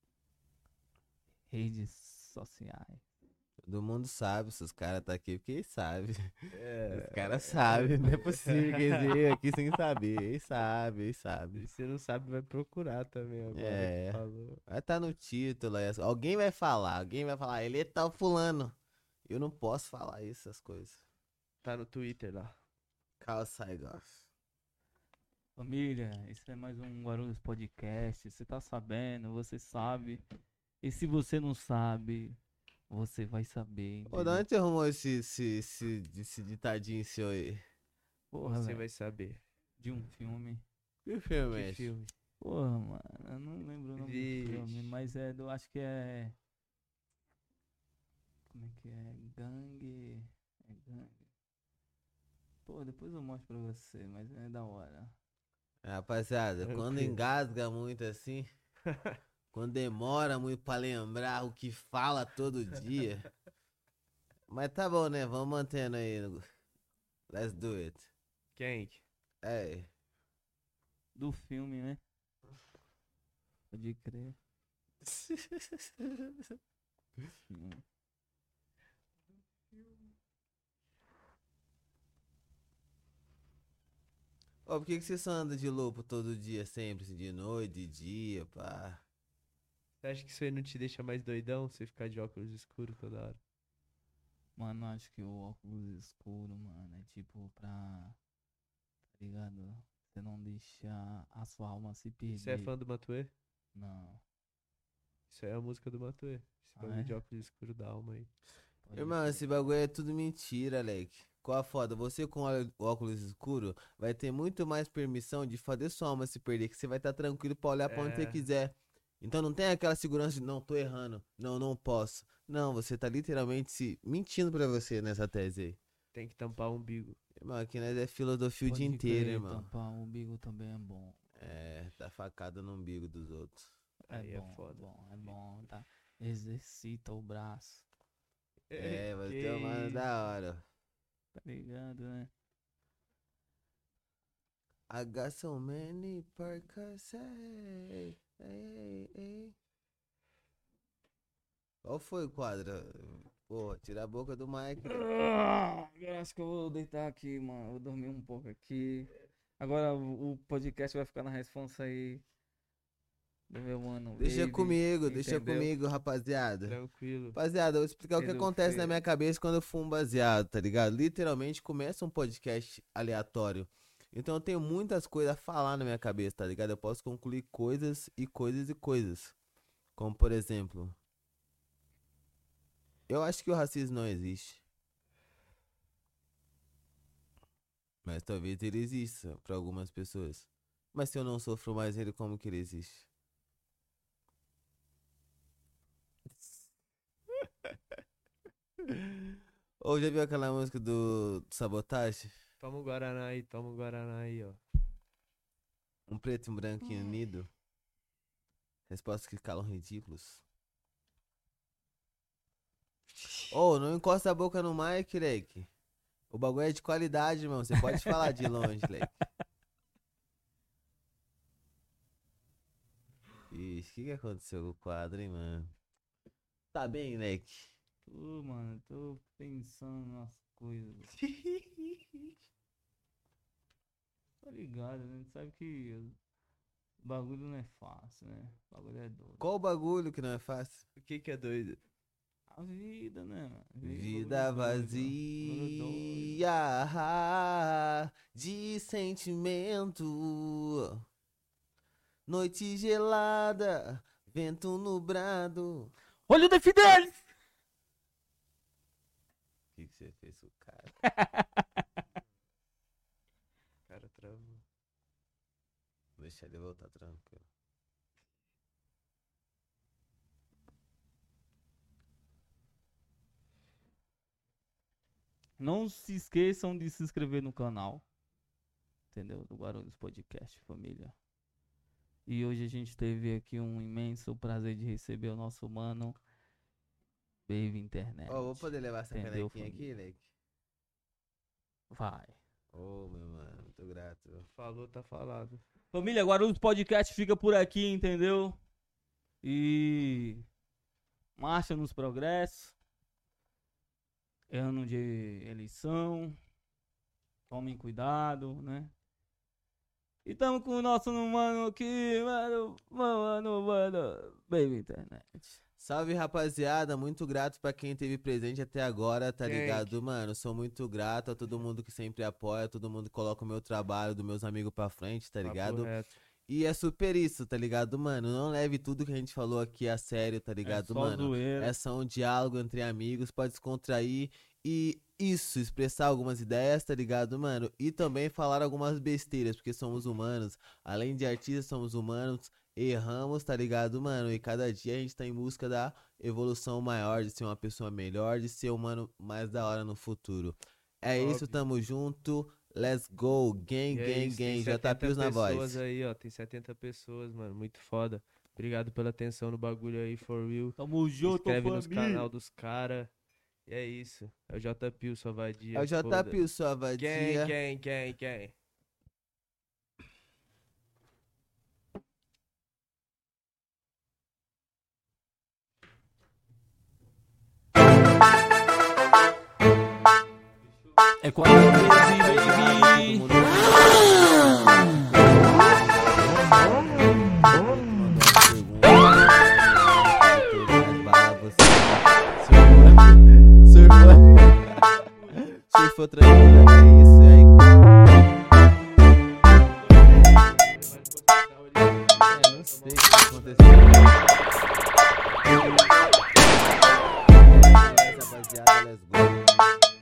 redes sociais. Todo mundo sabe, se os caras tá aqui, porque eles sabem. É. Os caras sabem, não é possível que eles venham aqui sem saber. Eles sabem, eles sabem. Se você não sabe, vai procurar também agora. É. que falou. Vai estar no título aí. Alguém vai falar, alguém vai falar, ele é tal fulano. Eu não posso falar isso, essas coisas. Tá no Twitter lá. Carl Saigos. Família, esse é mais um Guarulhos Podcast. Você tá sabendo, você sabe. E se você não sabe, você vai saber. Ô, de onde você arrumou esse, esse, esse, esse ditadinho seu aí? Porra, Você véio, vai saber. de um filme. Que filme é Que esse? filme? Porra, mano, eu não lembro o nome do filme, Vixe. mas é do, acho que é... Como é que é? Gangue... É gangue... Pô, depois eu mostro pra você, mas é da hora. Rapaziada, quando Tranquilo. engasga muito assim, quando demora muito pra lembrar o que fala todo dia. Mas tá bom, né? Vamos mantendo aí. Let's do it. Quem? É. Do filme, né? Pode crer. Filme. Ô, por que, que você só anda de lobo todo dia, sempre? Assim, de noite, de dia, pá? Você acha que isso aí não te deixa mais doidão? Você ficar de óculos escuros toda hora? Mano, acho que o óculos escuro, mano, é tipo pra... Tá ligado? Você não deixar a sua alma se perder. Você é fã do Matuê? Não. Isso aí é a música do Matuê. Esse Ah, bagulho é? de óculos escuros da alma aí. Pode Irmão, crer. esse bagulho é tudo mentira, Alec. Qual a foda? Você com ó- óculos escuro vai ter muito mais permissão de fazer sua alma se perder, que você vai estar tranquilo pra olhar pra onde você É. quiser. Então não tem aquela segurança de não, tô errando, não, não posso. Não, você tá literalmente se mentindo pra você nessa tese aí. Tem que tampar o umbigo. Irmão, aqui nós é filosofia o Pode dia inteiro, crer, irmão. tampar o umbigo também é bom. É, tá facada no umbigo dos outros. É Aí é bom, é foda. bom, é bom, tá? Exercita o braço, É, vai Que ter uma mano isso? da hora. tá ligado, né? I got so many Percocet. Ei, ei. Qual foi o quadro? Pô, tira a boca do Mike. né? Ah, eu acho que eu vou deitar aqui, mano. Vou dormir um pouco aqui. Agora o o podcast vai ficar na responsa aí do meu mano. Deixa Wave, comigo, deixa entendeu? comigo, rapaziada. Tranquilo. Rapaziada, eu vou explicar o que Pedro acontece Feio. na minha cabeça quando eu fumo baseado, tá ligado? Literalmente começa um podcast aleatório. Então eu tenho muitas coisas a falar na minha cabeça, tá ligado? Eu posso concluir coisas e coisas e coisas. Como por exemplo, eu acho que o racismo não existe. Mas talvez ele exista pra algumas pessoas. Mas se eu não sofro mais ele, como que ele existe? Ou já viu aquela música do Sabotagem? Toma o Guaraná aí, toma o Guaraná aí, ó. Um preto e um branquinho unido. Respostas que calam ridículos. Ô, não encosta a boca no mic, Leque. O bagulho é de qualidade, irmão. Você pode falar de longe, Leque. Ixi, o que, que aconteceu com o quadro, hein, mano? Tá bem, Leque? Tô, mano, tô pensando nas coisas. Tá ligado, né? Sabe que o bagulho não é fácil, né? O bagulho é doido. Qual o bagulho que não é fácil? O que que é doido? A vida, né, mano? Vida Bagulho doido. vazia de sentimento. Noite gelada, vento nublado. Olha o The Fidelis! O que, que você fez com o cara? O cara travou. Deixa ele voltar tranquilo. Não se esqueçam de se inscrever no canal. Entendeu? Do Guarulhos Podcast, família. E hoje a gente teve aqui um imenso prazer de receber o nosso mano Baby Internet. Ó, vou poder levar essa Entendeu, canequinha aqui, família? Leque? Vai. Ô, meu mano, muito grato. grato. Falou, tá falado. Família, Guarulhos Podcast fica por aqui, entendeu? E marcha nos progressos. Ano de eleição. Tomem cuidado, né? E tamo com o nosso mano aqui, mano, mano, mano, baby internet. Salve, rapaziada, muito grato pra quem esteve presente até agora, tá Thank ligado, mano? Sou muito grato a todo mundo que sempre apoia, todo mundo que coloca o meu trabalho, dos meus amigos pra frente, tá Papo ligado? reto. E é super isso, tá ligado, mano? Não leve tudo que a gente falou aqui a sério, tá ligado, É só mano? zoeira. É só um diálogo entre amigos, pode descontrair e isso, expressar algumas ideias, tá ligado, mano? E também falar algumas besteiras, porque somos humanos. Além de artistas, somos humanos, erramos, tá ligado, mano? E cada dia a gente tá em busca da evolução maior, de ser uma pessoa melhor, de ser humano mais da hora no futuro. É Óbvio. isso, tamo junto. Let's go, gang, E é gang, isso, tem gang. setenta J P na pessoas voz. aí, ó. Tem setenta pessoas, mano. Muito foda. Obrigado pela atenção no bagulho aí, for real. Tamo Se junto, inscreve nos família. canal dos cara. E é isso. É o J P, sua vadia. É o J foda. P, sua vadia. Gang, gang, gang, gang. É quatro treze, baby. Todo mundo- Surfou tranquilo, é isso aí. É, não sei o que aconteceu. Rapaziada, let's go.